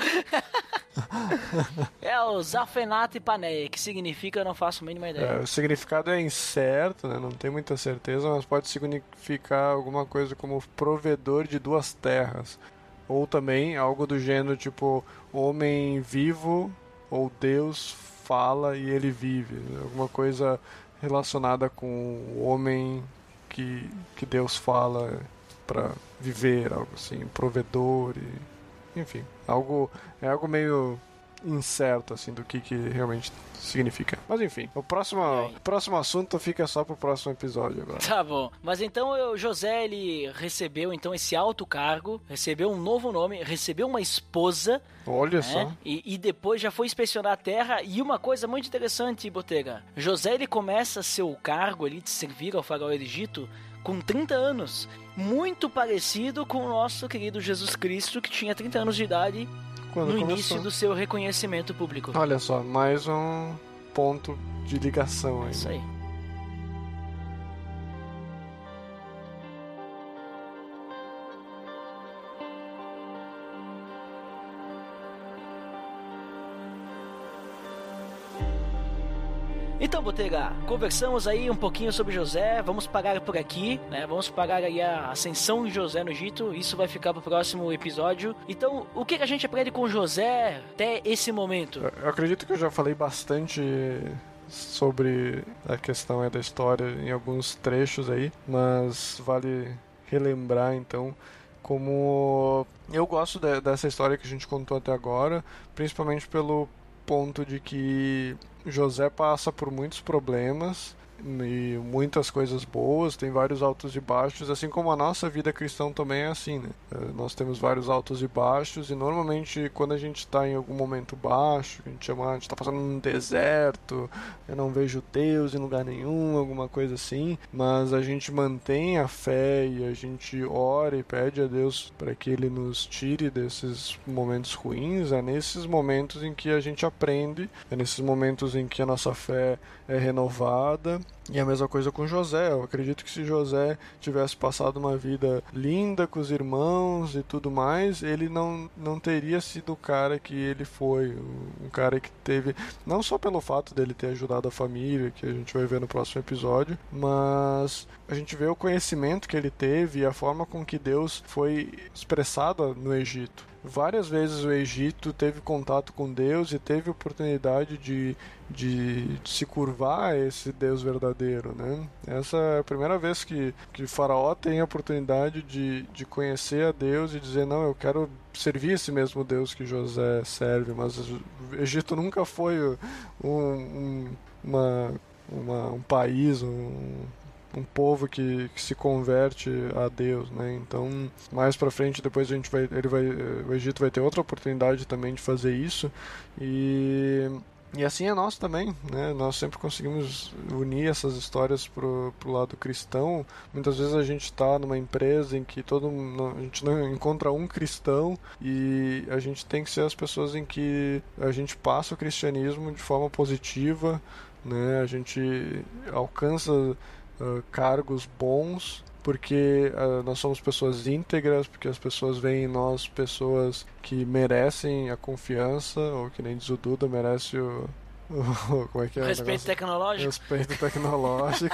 Speaker 2: É o Zafinat Paneia, que significa, eu não faço a mínima ideia.
Speaker 4: O significado é incerto, né? Não tem muita certeza, mas pode significar alguma coisa como provedor de duas terras. Ou também algo do gênero tipo homem vivo ou Deus fala e ele vive, alguma coisa relacionada com o homem que Deus fala para viver, algo assim, provedor, enfim, é algo meio incerto assim do que realmente significa. Mas enfim, o próximo assunto fica só pro próximo episódio agora.
Speaker 2: Tá bom. Mas então José, ele recebeu então esse alto cargo, recebeu um novo nome, recebeu uma esposa.
Speaker 4: Olha, né?
Speaker 2: Só. E depois já foi inspecionar a terra. E uma coisa muito interessante, Botega. José, ele começa seu cargo ali de servir ao faraó do Egito com 30 anos. Muito parecido com o nosso querido Jesus Cristo, que tinha 30 anos de idade no início do seu reconhecimento público.
Speaker 4: Olha só, mais um ponto de ligação aí.
Speaker 2: Isso aí. Então, Botega, conversamos aí um pouquinho sobre José, vamos parar por aqui, né? Vamos parar aí a ascensão de José no Egito, isso vai ficar pro próximo episódio. Então, o que a gente aprende com José até esse momento?
Speaker 4: Eu acredito que eu já falei bastante sobre a questão da história em alguns trechos aí, mas vale relembrar então como eu gosto dessa história que a gente contou até agora, principalmente pelo ponto de que José passa por muitos problemas e muitas coisas boas, tem vários altos e baixos, assim como a nossa vida cristã também é assim, né? Nós temos vários altos e baixos, e normalmente quando a gente está em algum momento baixo, a gente está passando num deserto, eu não vejo Deus em lugar nenhum, alguma coisa assim, mas a gente mantém a fé e a gente ora e pede a Deus para que Ele nos tire desses momentos ruins. É nesses momentos em que a gente aprende, é nesses momentos em que a nossa fé é renovada. E a mesma coisa com José. Eu acredito que se José tivesse passado uma vida linda com os irmãos e tudo mais, ele não teria sido o cara que ele foi. Um cara que teve, não só pelo fato dele ter ajudado a família, que a gente vai ver no próximo episódio, mas a gente vê o conhecimento que ele teve e a forma com que Deus foi expressado no Egito. Várias vezes o Egito teve contato com Deus e teve oportunidade de se curvar a esse Deus verdadeiro, né? Essa é a primeira vez que Faraó tem a oportunidade de conhecer a Deus e dizer, não, eu quero servir esse mesmo Deus que José serve, mas o Egito nunca foi um país, um povo que se converte a Deus, né? Então, mais pra frente, depois o Egito vai ter outra oportunidade também de fazer isso, e assim é nós também, né? Nós sempre conseguimos unir essas histórias pro lado cristão. Muitas vezes a gente está numa empresa em que a gente não encontra um cristão, e a gente tem que ser as pessoas em que a gente passa o cristianismo de forma positiva, né? A gente alcança cargos bons, porque nós somos pessoas íntegras, porque as pessoas veem em nós pessoas que merecem a confiança, ou que nem diz o Duda, merece como é que é?
Speaker 2: Respeito tecnológico.
Speaker 4: Respeito tecnológico.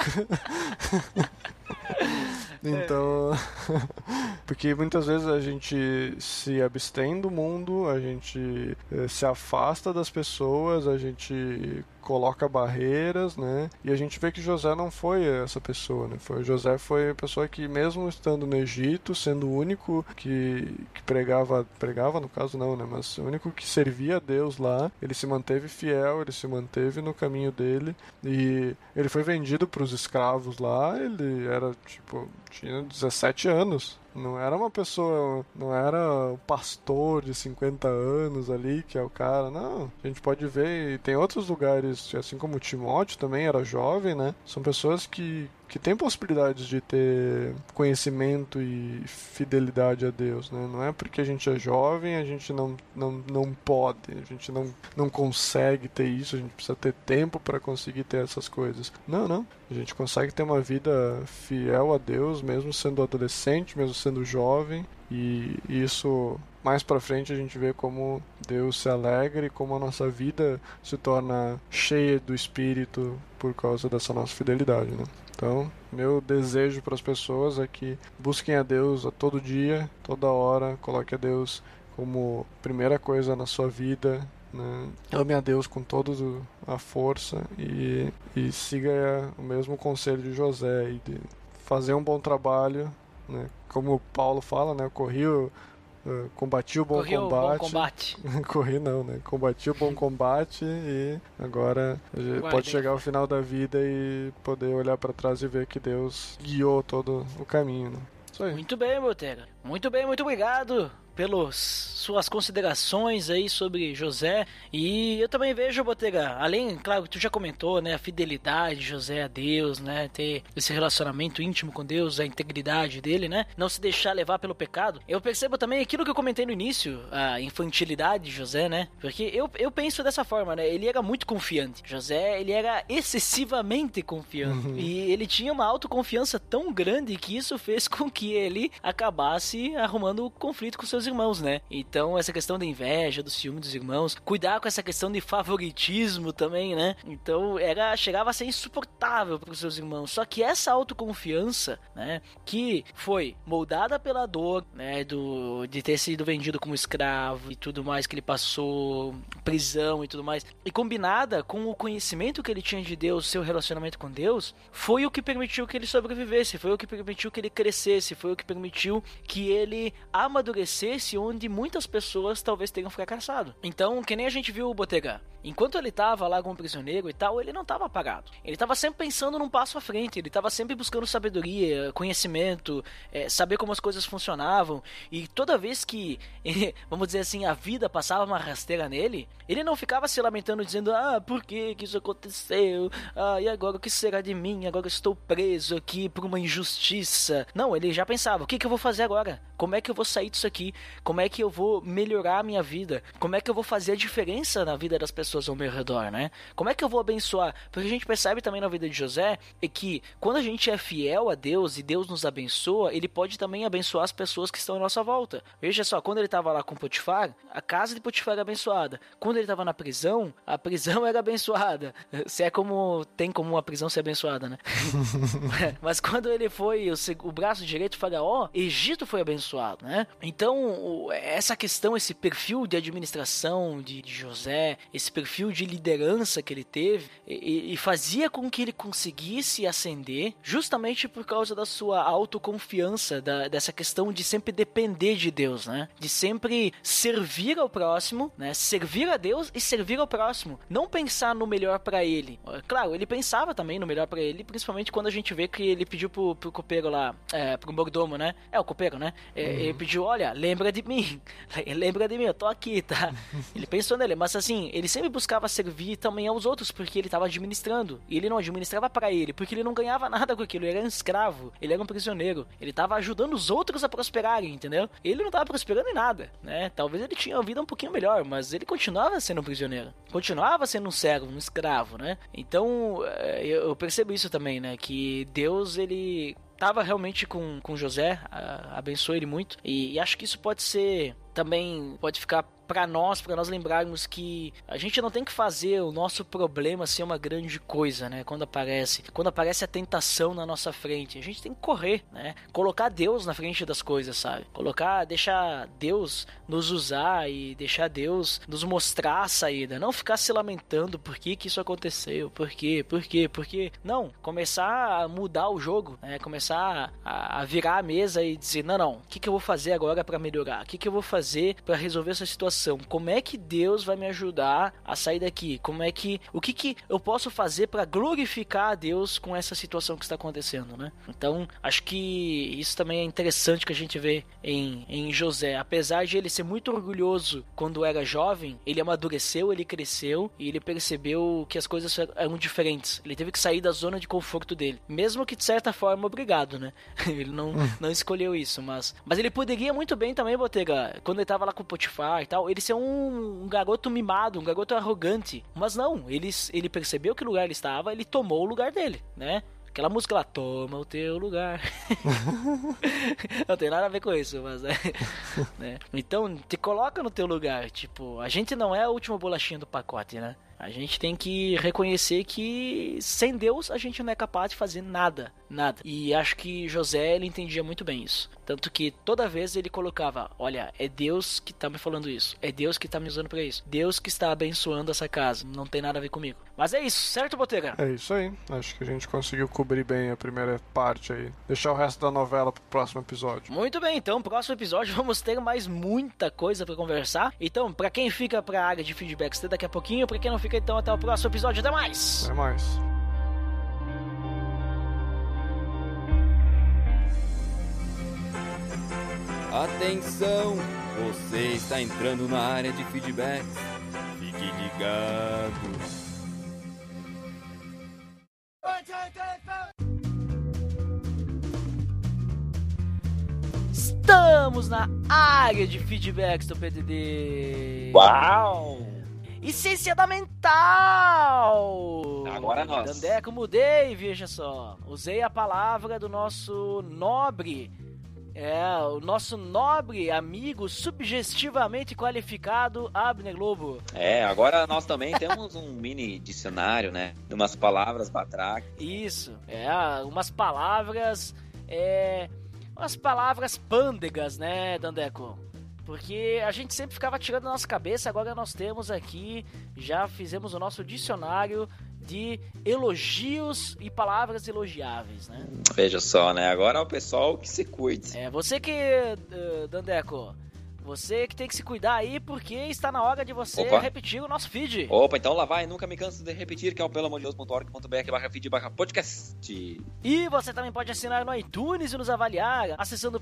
Speaker 4: Então, porque muitas vezes a gente se abstém do mundo, a gente se afasta das pessoas, a gente coloca barreiras, né? E a gente vê que José não foi essa pessoa, né? José foi a pessoa que, mesmo estando no Egito, sendo o único que pregava no caso não, né? Mas o único que servia a Deus lá, ele se manteve fiel, ele se manteve no caminho dele, e ele foi vendido para os escravos lá. Ele era, tinha 17 anos. Não era uma pessoa, não era o pastor de 50 anos ali, que é o cara, não. A gente pode ver, e tem outros lugares, assim como o Timóteo também era jovem, né? São pessoas que têm possibilidades de ter conhecimento e fidelidade a Deus, né? Não é porque a gente é jovem, a gente não pode, a gente não consegue ter isso, a gente precisa ter tempo para conseguir ter essas coisas. Não. A gente consegue ter uma vida fiel a Deus, mesmo sendo adolescente, mesmo sendo jovem, e isso mais pra frente a gente vê como Deus se alegra e como a nossa vida se torna cheia do Espírito por causa dessa nossa fidelidade, né? Então, meu desejo para as pessoas é que busquem a Deus a todo dia, toda hora, coloque a Deus como primeira coisa na sua vida, né? Ame a Deus com toda a força e siga o mesmo conselho de José e de fazer um bom trabalho, né? Como Paulo fala, né? Combati o bom combate. Corri não, né? Combati o bom combate e agora pode chegar ao final da vida e poder olhar para trás e ver que Deus guiou todo o caminho, né? Isso aí.
Speaker 2: Muito bem, Botega. Muito bem, muito obrigado pelas suas considerações aí sobre José. E eu também vejo, Botega, além, claro, que tu já comentou, né, a fidelidade de José a Deus, né, ter esse relacionamento íntimo com Deus, a integridade dele, né, não se deixar levar pelo pecado. Eu percebo também aquilo que eu comentei no início, a infantilidade de José, né, porque eu penso dessa forma, né, ele era muito confiante. José, ele era excessivamente confiante. E ele tinha uma autoconfiança tão grande que isso fez com que ele acabasse arrumando conflito com seus irmãos, né? Então, essa questão da inveja, do ciúme dos irmãos, cuidar com essa questão de favoritismo também, né? Então, chegava a ser insuportável para os seus irmãos. Só que essa autoconfiança, né, que foi moldada pela dor, né, de ter sido vendido como escravo e tudo mais que ele passou, prisão e tudo mais, e combinada com o conhecimento que ele tinha de Deus, seu relacionamento com Deus, foi o que permitiu que ele sobrevivesse, foi o que permitiu que ele crescesse, foi o que permitiu que ele amadurecesse onde muitas pessoas talvez tenham fracassado. Então, que nem a gente viu o Botega, enquanto ele estava lá como prisioneiro e tal, ele não estava parado. Ele estava sempre pensando num passo à frente, ele estava sempre buscando sabedoria, conhecimento, saber como as coisas funcionavam, e toda vez que, vamos dizer assim, a vida passava uma rasteira nele, ele não ficava se lamentando dizendo, por que isso aconteceu? E agora o que será de mim? Agora eu estou preso aqui por uma injustiça. Não, ele já pensava, o que eu vou fazer agora? Como é que eu vou sair disso aqui? Como é que eu vou melhorar a minha vida? Como é que eu vou fazer a diferença na vida das pessoas ao meu redor, né? Como é que eu vou abençoar? Porque a gente percebe também na vida de José é que quando a gente é fiel a Deus e Deus nos abençoa, ele pode também abençoar as pessoas que estão à nossa volta. Veja só, quando ele estava lá com Potifar, a casa de Potifar era abençoada. Quando ele estava na prisão, a prisão era abençoada. Se é como tem como uma prisão ser abençoada, né? Mas quando ele foi o braço direito do Faraó, Egito foi abençoado, né? Então, essa questão, esse perfil de administração de José, esse perfil de liderança que ele teve, e fazia com que ele conseguisse ascender justamente por causa da sua autoconfiança, dessa questão de sempre depender de Deus, né? De sempre servir ao próximo, né? Servir a Deus e servir ao próximo. Não pensar no melhor pra ele. Claro, ele pensava também no melhor pra ele, principalmente quando a gente vê que ele pediu pro copeiro lá, pro mordomo, né? O copeiro, né? Ele pediu, olha, lembra de mim, eu tô aqui, tá? Ele pensou nele, mas assim, ele sempre buscava servir também aos outros, porque ele tava administrando, e ele não administrava pra ele, porque ele não ganhava nada com aquilo, ele era um escravo, ele era um prisioneiro, ele tava ajudando os outros a prosperarem, entendeu? Ele não tava prosperando em nada, né? Talvez ele tinha uma vida um pouquinho melhor, mas ele continuava sendo um prisioneiro, continuava sendo um servo, um escravo, né? Então, eu percebo isso também, né? Que Deus, ele tava realmente com José, abençoou ele muito, e acho que isso pode ser, também pode ficar para nós lembrarmos que a gente não tem que fazer o nosso problema ser uma grande coisa, né? Quando aparece a tentação na nossa frente, a gente tem que correr, né? Colocar Deus na frente das coisas, sabe? Deixar Deus nos usar e deixar Deus nos mostrar a saída, não ficar se lamentando por que isso aconteceu, por quê, não, começar a mudar o jogo, né? Começar a virar a mesa e dizer, não, o que eu vou fazer agora para melhorar? O que eu vou fazer para resolver essa situação? situação? Como é que Deus vai me ajudar a sair daqui? O que eu posso fazer para glorificar a Deus com essa situação que está acontecendo, né? Então, acho que isso também é interessante que a gente vê em José. Apesar de ele ser muito orgulhoso quando era jovem, ele amadureceu, ele cresceu e ele percebeu que as coisas eram diferentes. Ele teve que sair da zona de conforto dele. Mesmo que de certa forma obrigado, né? Ele não escolheu isso, mas ele poderia muito bem também, Botega, quando ele tava lá com o Potifar e tal, ele ser um garoto mimado, um garoto arrogante. Mas não, ele percebeu que lugar ele estava, ele tomou o lugar dele, né? Aquela música lá, toma o teu lugar. Não tem nada a ver com isso, mas né? Então, te coloca no teu lugar. Tipo, a gente não é a última bolachinha do pacote, né? A gente tem que reconhecer que sem Deus a gente não é capaz de fazer nada. E acho que José, ele entendia muito bem isso. Tanto que toda vez ele colocava, olha, é Deus que tá me falando isso. É Deus que tá me usando pra isso. Deus que está abençoando essa casa. Não tem nada a ver comigo. Mas é isso, certo, Botega?
Speaker 4: É isso aí. Acho que a gente conseguiu cobrir bem a primeira parte aí. Deixar o resto da novela pro próximo episódio.
Speaker 2: Muito bem, então, próximo episódio vamos ter mais muita coisa pra conversar. Então, pra quem fica pra área de feedbacks até daqui a pouquinho, pra quem não fica, então, até o próximo episódio. Até mais!
Speaker 4: Até mais.
Speaker 6: Atenção! Você está entrando na área de feedbacks. Fique ligado.
Speaker 2: Estamos na área de feedbacks do PDD.
Speaker 7: Uau!
Speaker 2: E ciência da mental!
Speaker 7: Agora nós.
Speaker 2: Dandeco, mudei, veja só. Usei a palavra do nosso nobre... o nosso nobre amigo sugestivamente qualificado Abner Lobo.
Speaker 7: Agora nós também temos um mini dicionário, né? De umas palavras batraque.
Speaker 2: Isso, umas palavras pândegas, né, Dandeco? Porque a gente sempre ficava tirando da nossa cabeça, agora nós temos aqui, já fizemos o nosso dicionário de elogios e palavras elogiáveis, né?
Speaker 7: Veja só, né? Agora é o pessoal que se cuide.
Speaker 2: Você que, Dandeco, você que tem que se cuidar aí, porque está na hora de você repetir o nosso feed.
Speaker 7: Opa, então lá vai, nunca me canso de repetir, que é o pelamordedeus.org.br/feed/podcast.
Speaker 2: E você também pode assinar no iTunes e nos avaliar, acessando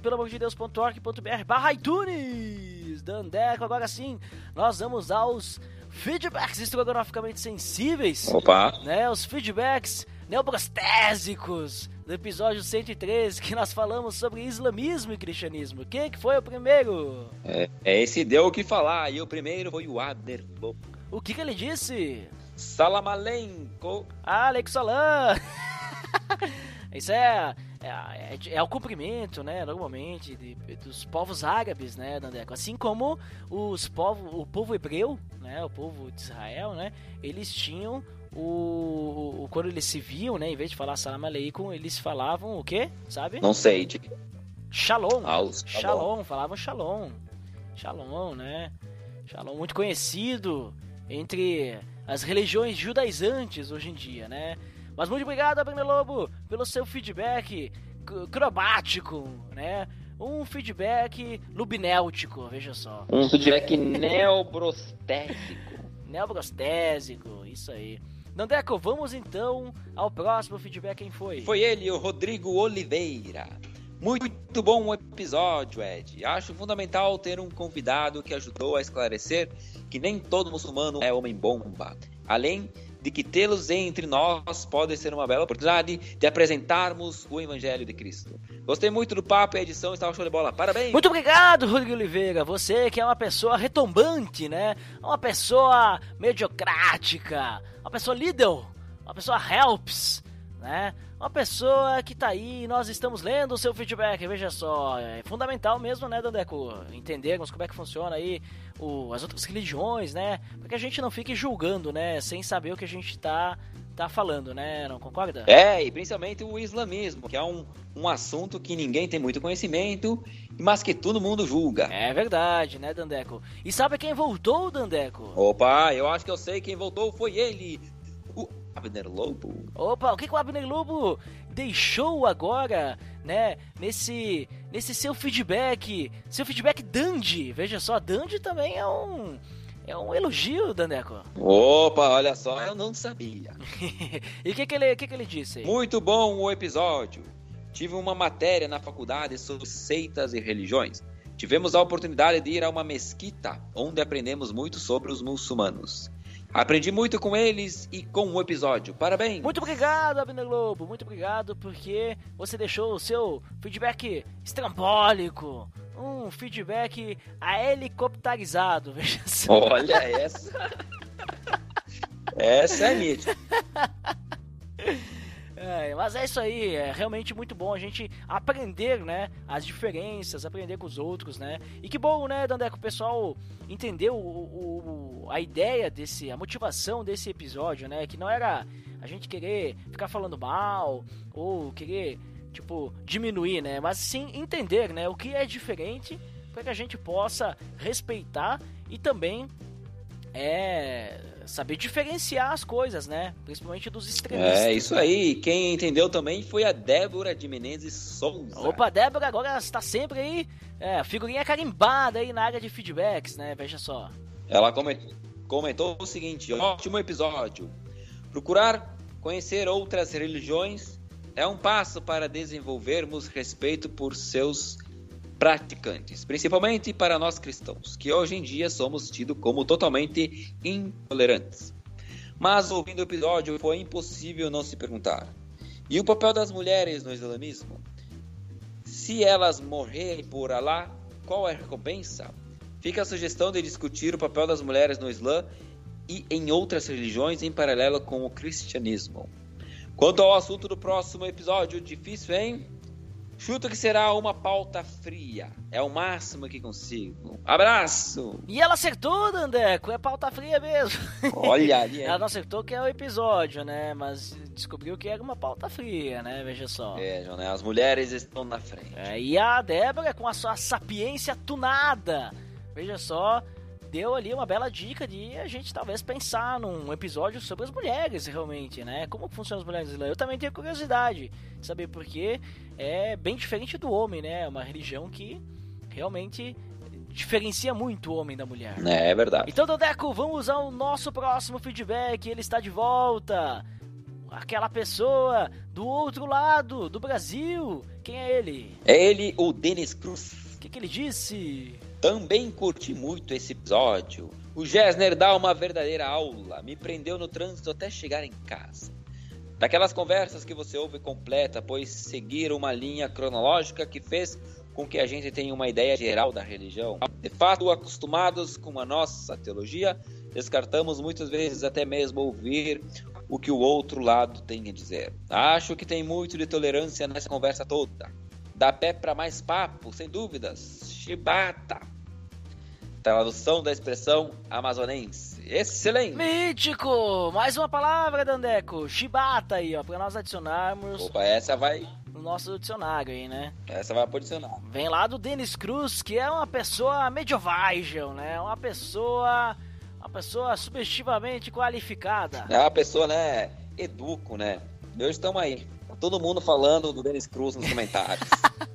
Speaker 2: pelamordedeus.org.br/iTunes. Dandeco, agora sim, nós vamos aos feedbacks estrogonoficamente sensíveis.
Speaker 7: Opa!
Speaker 2: Né, os feedbacks neoprostésicos do episódio 103, que nós falamos sobre islamismo e cristianismo. Quem que foi o primeiro?
Speaker 7: Esse deu o que falar, e o primeiro foi o Abner Lobo.
Speaker 2: O que ele disse?
Speaker 7: Salam aleikum.
Speaker 2: Alex Salam. Isso é o cumprimento, né, normalmente, dos povos árabes, né, Dandeco? Assim como o povo hebreu, né, o povo de Israel, né, eles tinham quando eles se viam, né, em vez de falar salam aleikum, eles falavam o quê? Sabe?
Speaker 7: Não sei.
Speaker 2: Shalom. Shalom, falavam shalom. Shalom, né? Shalom muito conhecido entre as religiões judaizantes hoje em dia, né? Mas muito obrigado, Abner Lobo, pelo seu feedback acrobático, né? Um feedback lubinéltico, veja só.
Speaker 7: Um feedback neobrostésico.
Speaker 2: Neobrostésico, isso aí. Dandeco, vamos então ao próximo feedback. Quem foi?
Speaker 7: Foi ele, o Rodrigo Oliveira. Muito bom o episódio, Ed. Acho fundamental ter um convidado que ajudou a esclarecer que nem todo muçulmano é homem-bomba. Além de que tê-los entre nós pode ser uma bela oportunidade de apresentarmos o Evangelho de Cristo. Gostei muito do papo e a edição estava show de bola. Parabéns!
Speaker 2: Muito obrigado, Rodrigo Oliveira. Você que é uma pessoa retombante, né? Uma pessoa mediocrática, uma pessoa Lidl, uma pessoa Helps, né? Uma pessoa que tá aí, nós estamos lendo o seu feedback, veja só, é fundamental mesmo, né, Dandeco, entendermos como é que funciona aí as outras religiões, né, para que a gente não fique julgando, né, sem saber o que a gente tá falando, né, não concorda?
Speaker 7: E principalmente o islamismo, que é um assunto que ninguém tem muito conhecimento, mas que todo mundo julga.
Speaker 2: É verdade, né, Dandeco? E sabe quem voltou, Dandeco?
Speaker 7: Opa, eu acho que eu sei quem voltou, foi ele, o Abner Lobo.
Speaker 2: Opa, o que o Abner Lobo deixou agora, né, nesse seu feedback dandy. Veja só, dandy também é um elogio, Dandeco.
Speaker 7: Opa, olha só, eu não sabia.
Speaker 2: E o que ele disse aí?
Speaker 7: Muito bom o episódio. Tive uma matéria na faculdade sobre seitas e religiões. Tivemos a oportunidade de ir a uma mesquita, onde aprendemos muito sobre os muçulmanos. Aprendi muito com eles e com o episódio. Parabéns!
Speaker 2: Muito obrigado, Abner Globo. Muito obrigado porque você deixou o seu feedback estrambólico. Um feedback helicopterizado, veja só.
Speaker 7: Olha essa. Essa é nítida.
Speaker 2: Mas é isso aí, é realmente muito bom a gente aprender, né, as diferenças, aprender com os outros, né, e que bom, né, Dandeco, o pessoal entendeu a ideia a motivação desse episódio, né, que não era a gente querer ficar falando mal, ou querer, tipo, diminuir, né, mas sim entender, né, o que é diferente, para que a gente possa respeitar e também saber diferenciar as coisas, né? Principalmente dos extremistas.
Speaker 7: É isso aí. Quem entendeu também foi a Débora de Menezes Souza.
Speaker 2: Opa, Débora agora está sempre aí, figurinha carimbada aí na área de feedbacks, né? Veja só.
Speaker 7: Ela comentou o seguinte: ótimo episódio. Procurar conhecer outras religiões é um passo para desenvolvermos respeito por seus praticantes, principalmente para nós cristãos, que hoje em dia somos tidos como totalmente intolerantes. Mas ouvindo o episódio foi impossível não se perguntar: e o papel das mulheres no islamismo? Se elas morrerem por Alá, qual é a recompensa? Fica a sugestão de discutir o papel das mulheres no Islã e em outras religiões em paralelo com o cristianismo. Quanto ao assunto do próximo episódio, difícil, hein? Chuto que será uma pauta fria. É o máximo que consigo. Abraço!
Speaker 2: E ela acertou, Dandeco. É pauta fria mesmo.
Speaker 7: Olha ali.
Speaker 2: Ela não acertou que é o episódio, né? Mas descobriu que era uma pauta fria, né? Veja só.
Speaker 7: João, né? As mulheres estão na frente.
Speaker 2: E a Débora, com a sua sapiência tunada, veja só, deu ali uma bela dica de a gente talvez pensar num episódio sobre as mulheres, realmente, né? Como funcionam as mulheres? Eu também tenho curiosidade de saber porque é bem diferente do homem, né? É uma religião que realmente diferencia muito o homem da mulher.
Speaker 7: É verdade.
Speaker 2: Então, Dandeco, vamos ao nosso próximo feedback. Ele está de volta. Aquela pessoa do outro lado do Brasil. Quem é ele?
Speaker 7: É ele, o Denis Cruz.
Speaker 2: O que ele disse?
Speaker 7: Também curti muito esse episódio. O Gessner dá uma verdadeira aula. Me prendeu no trânsito até chegar em casa. Daquelas conversas que você ouve completa, pois seguiram uma linha cronológica que fez com que a gente tenha uma ideia geral da religião. De fato, acostumados com a nossa teologia, descartamos muitas vezes até mesmo ouvir o que o outro lado tem a dizer. Acho que tem muito de tolerância nessa conversa toda. Dá pé para mais papo, sem dúvidas. Chibata. Tradução da expressão amazonense. Excelente!
Speaker 2: Mítico! Mais uma palavra, Dandeco. Chibata aí, ó, para nós adicionarmos.
Speaker 7: Opa, essa vai
Speaker 2: no nosso dicionário aí, né?
Speaker 7: Essa vai pro dicionário.
Speaker 2: Vem lá do Denis Cruz, que é uma pessoa medieval, né? Uma pessoa subjetivamente qualificada.
Speaker 7: É uma pessoa, né, educo, né? Hoje estamos aí. Tá todo mundo falando do Denis Cruz nos comentários.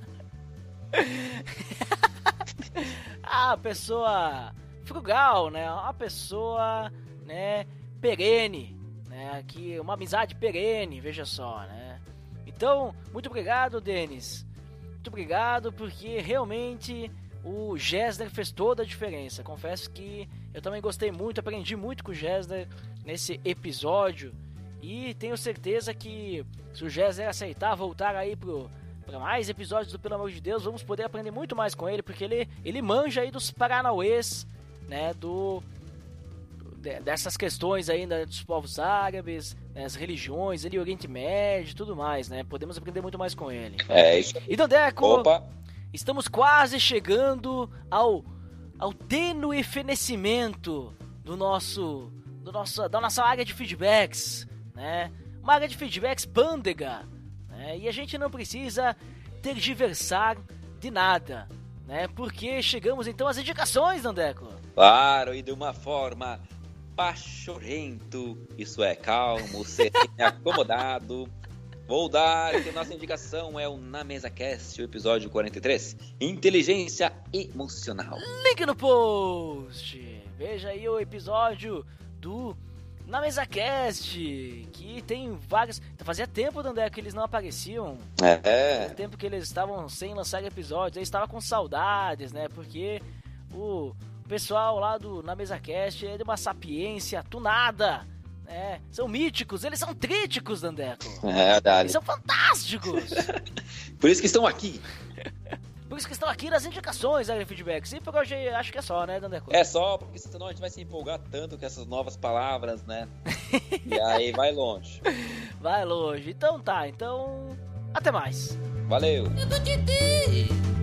Speaker 2: A pessoa frugal, né? Uma pessoa, né, perene, né? Que uma amizade perene, veja só, né? Então, muito obrigado, Denis. Muito obrigado, porque realmente o Gessner fez toda a diferença. Confesso que eu também gostei muito, aprendi muito com o Gessner nesse episódio. E tenho certeza que se o Gessner aceitar voltar aí para mais episódios do Pelo Amor de Deus, vamos poder aprender muito mais com ele, porque ele manja aí dos paranauês, né, dessas questões aí, né, dos povos árabes, né, as religiões, ali, Oriente Médio e tudo mais, né, podemos aprender muito mais com ele.
Speaker 7: É isso.
Speaker 2: E Dandeco,
Speaker 7: opa,
Speaker 2: estamos quase chegando ao tênue fenecimento da nossa área de feedbacks, né, uma área de feedbacks pândega. E a gente não precisa tergiversar de nada, né? Porque chegamos então às indicações, Dandeco.
Speaker 7: Claro, e de uma forma pachorrento, isso é, calmo, sereno, acomodado. Vou dar que a nossa indicação é o Na Mesa Cast, o episódio 43, Inteligência Emocional.
Speaker 2: Link no post. Veja aí o episódio do Na Mesa Cast, que tem várias... Fazia tempo, Dandé, que eles não apareciam. Fazia tempo que eles estavam sem lançar episódios. Eu estava com saudades, né? Porque o pessoal lá do Na Mesa Cast é de uma sapiência tunada. São míticos, eles são tríticos, Dandeco. Eles são fantásticos.
Speaker 7: Por isso que estão aqui.
Speaker 2: Por isso que estão aqui nas indicações, feedbacks. E por hoje acho que é só, né, Dandeco?
Speaker 7: É só, porque senão a gente vai se empolgar tanto com essas novas palavras, né? E aí vai longe.
Speaker 2: Vai longe. Então tá, até mais.
Speaker 7: Valeu.
Speaker 5: Eu tô te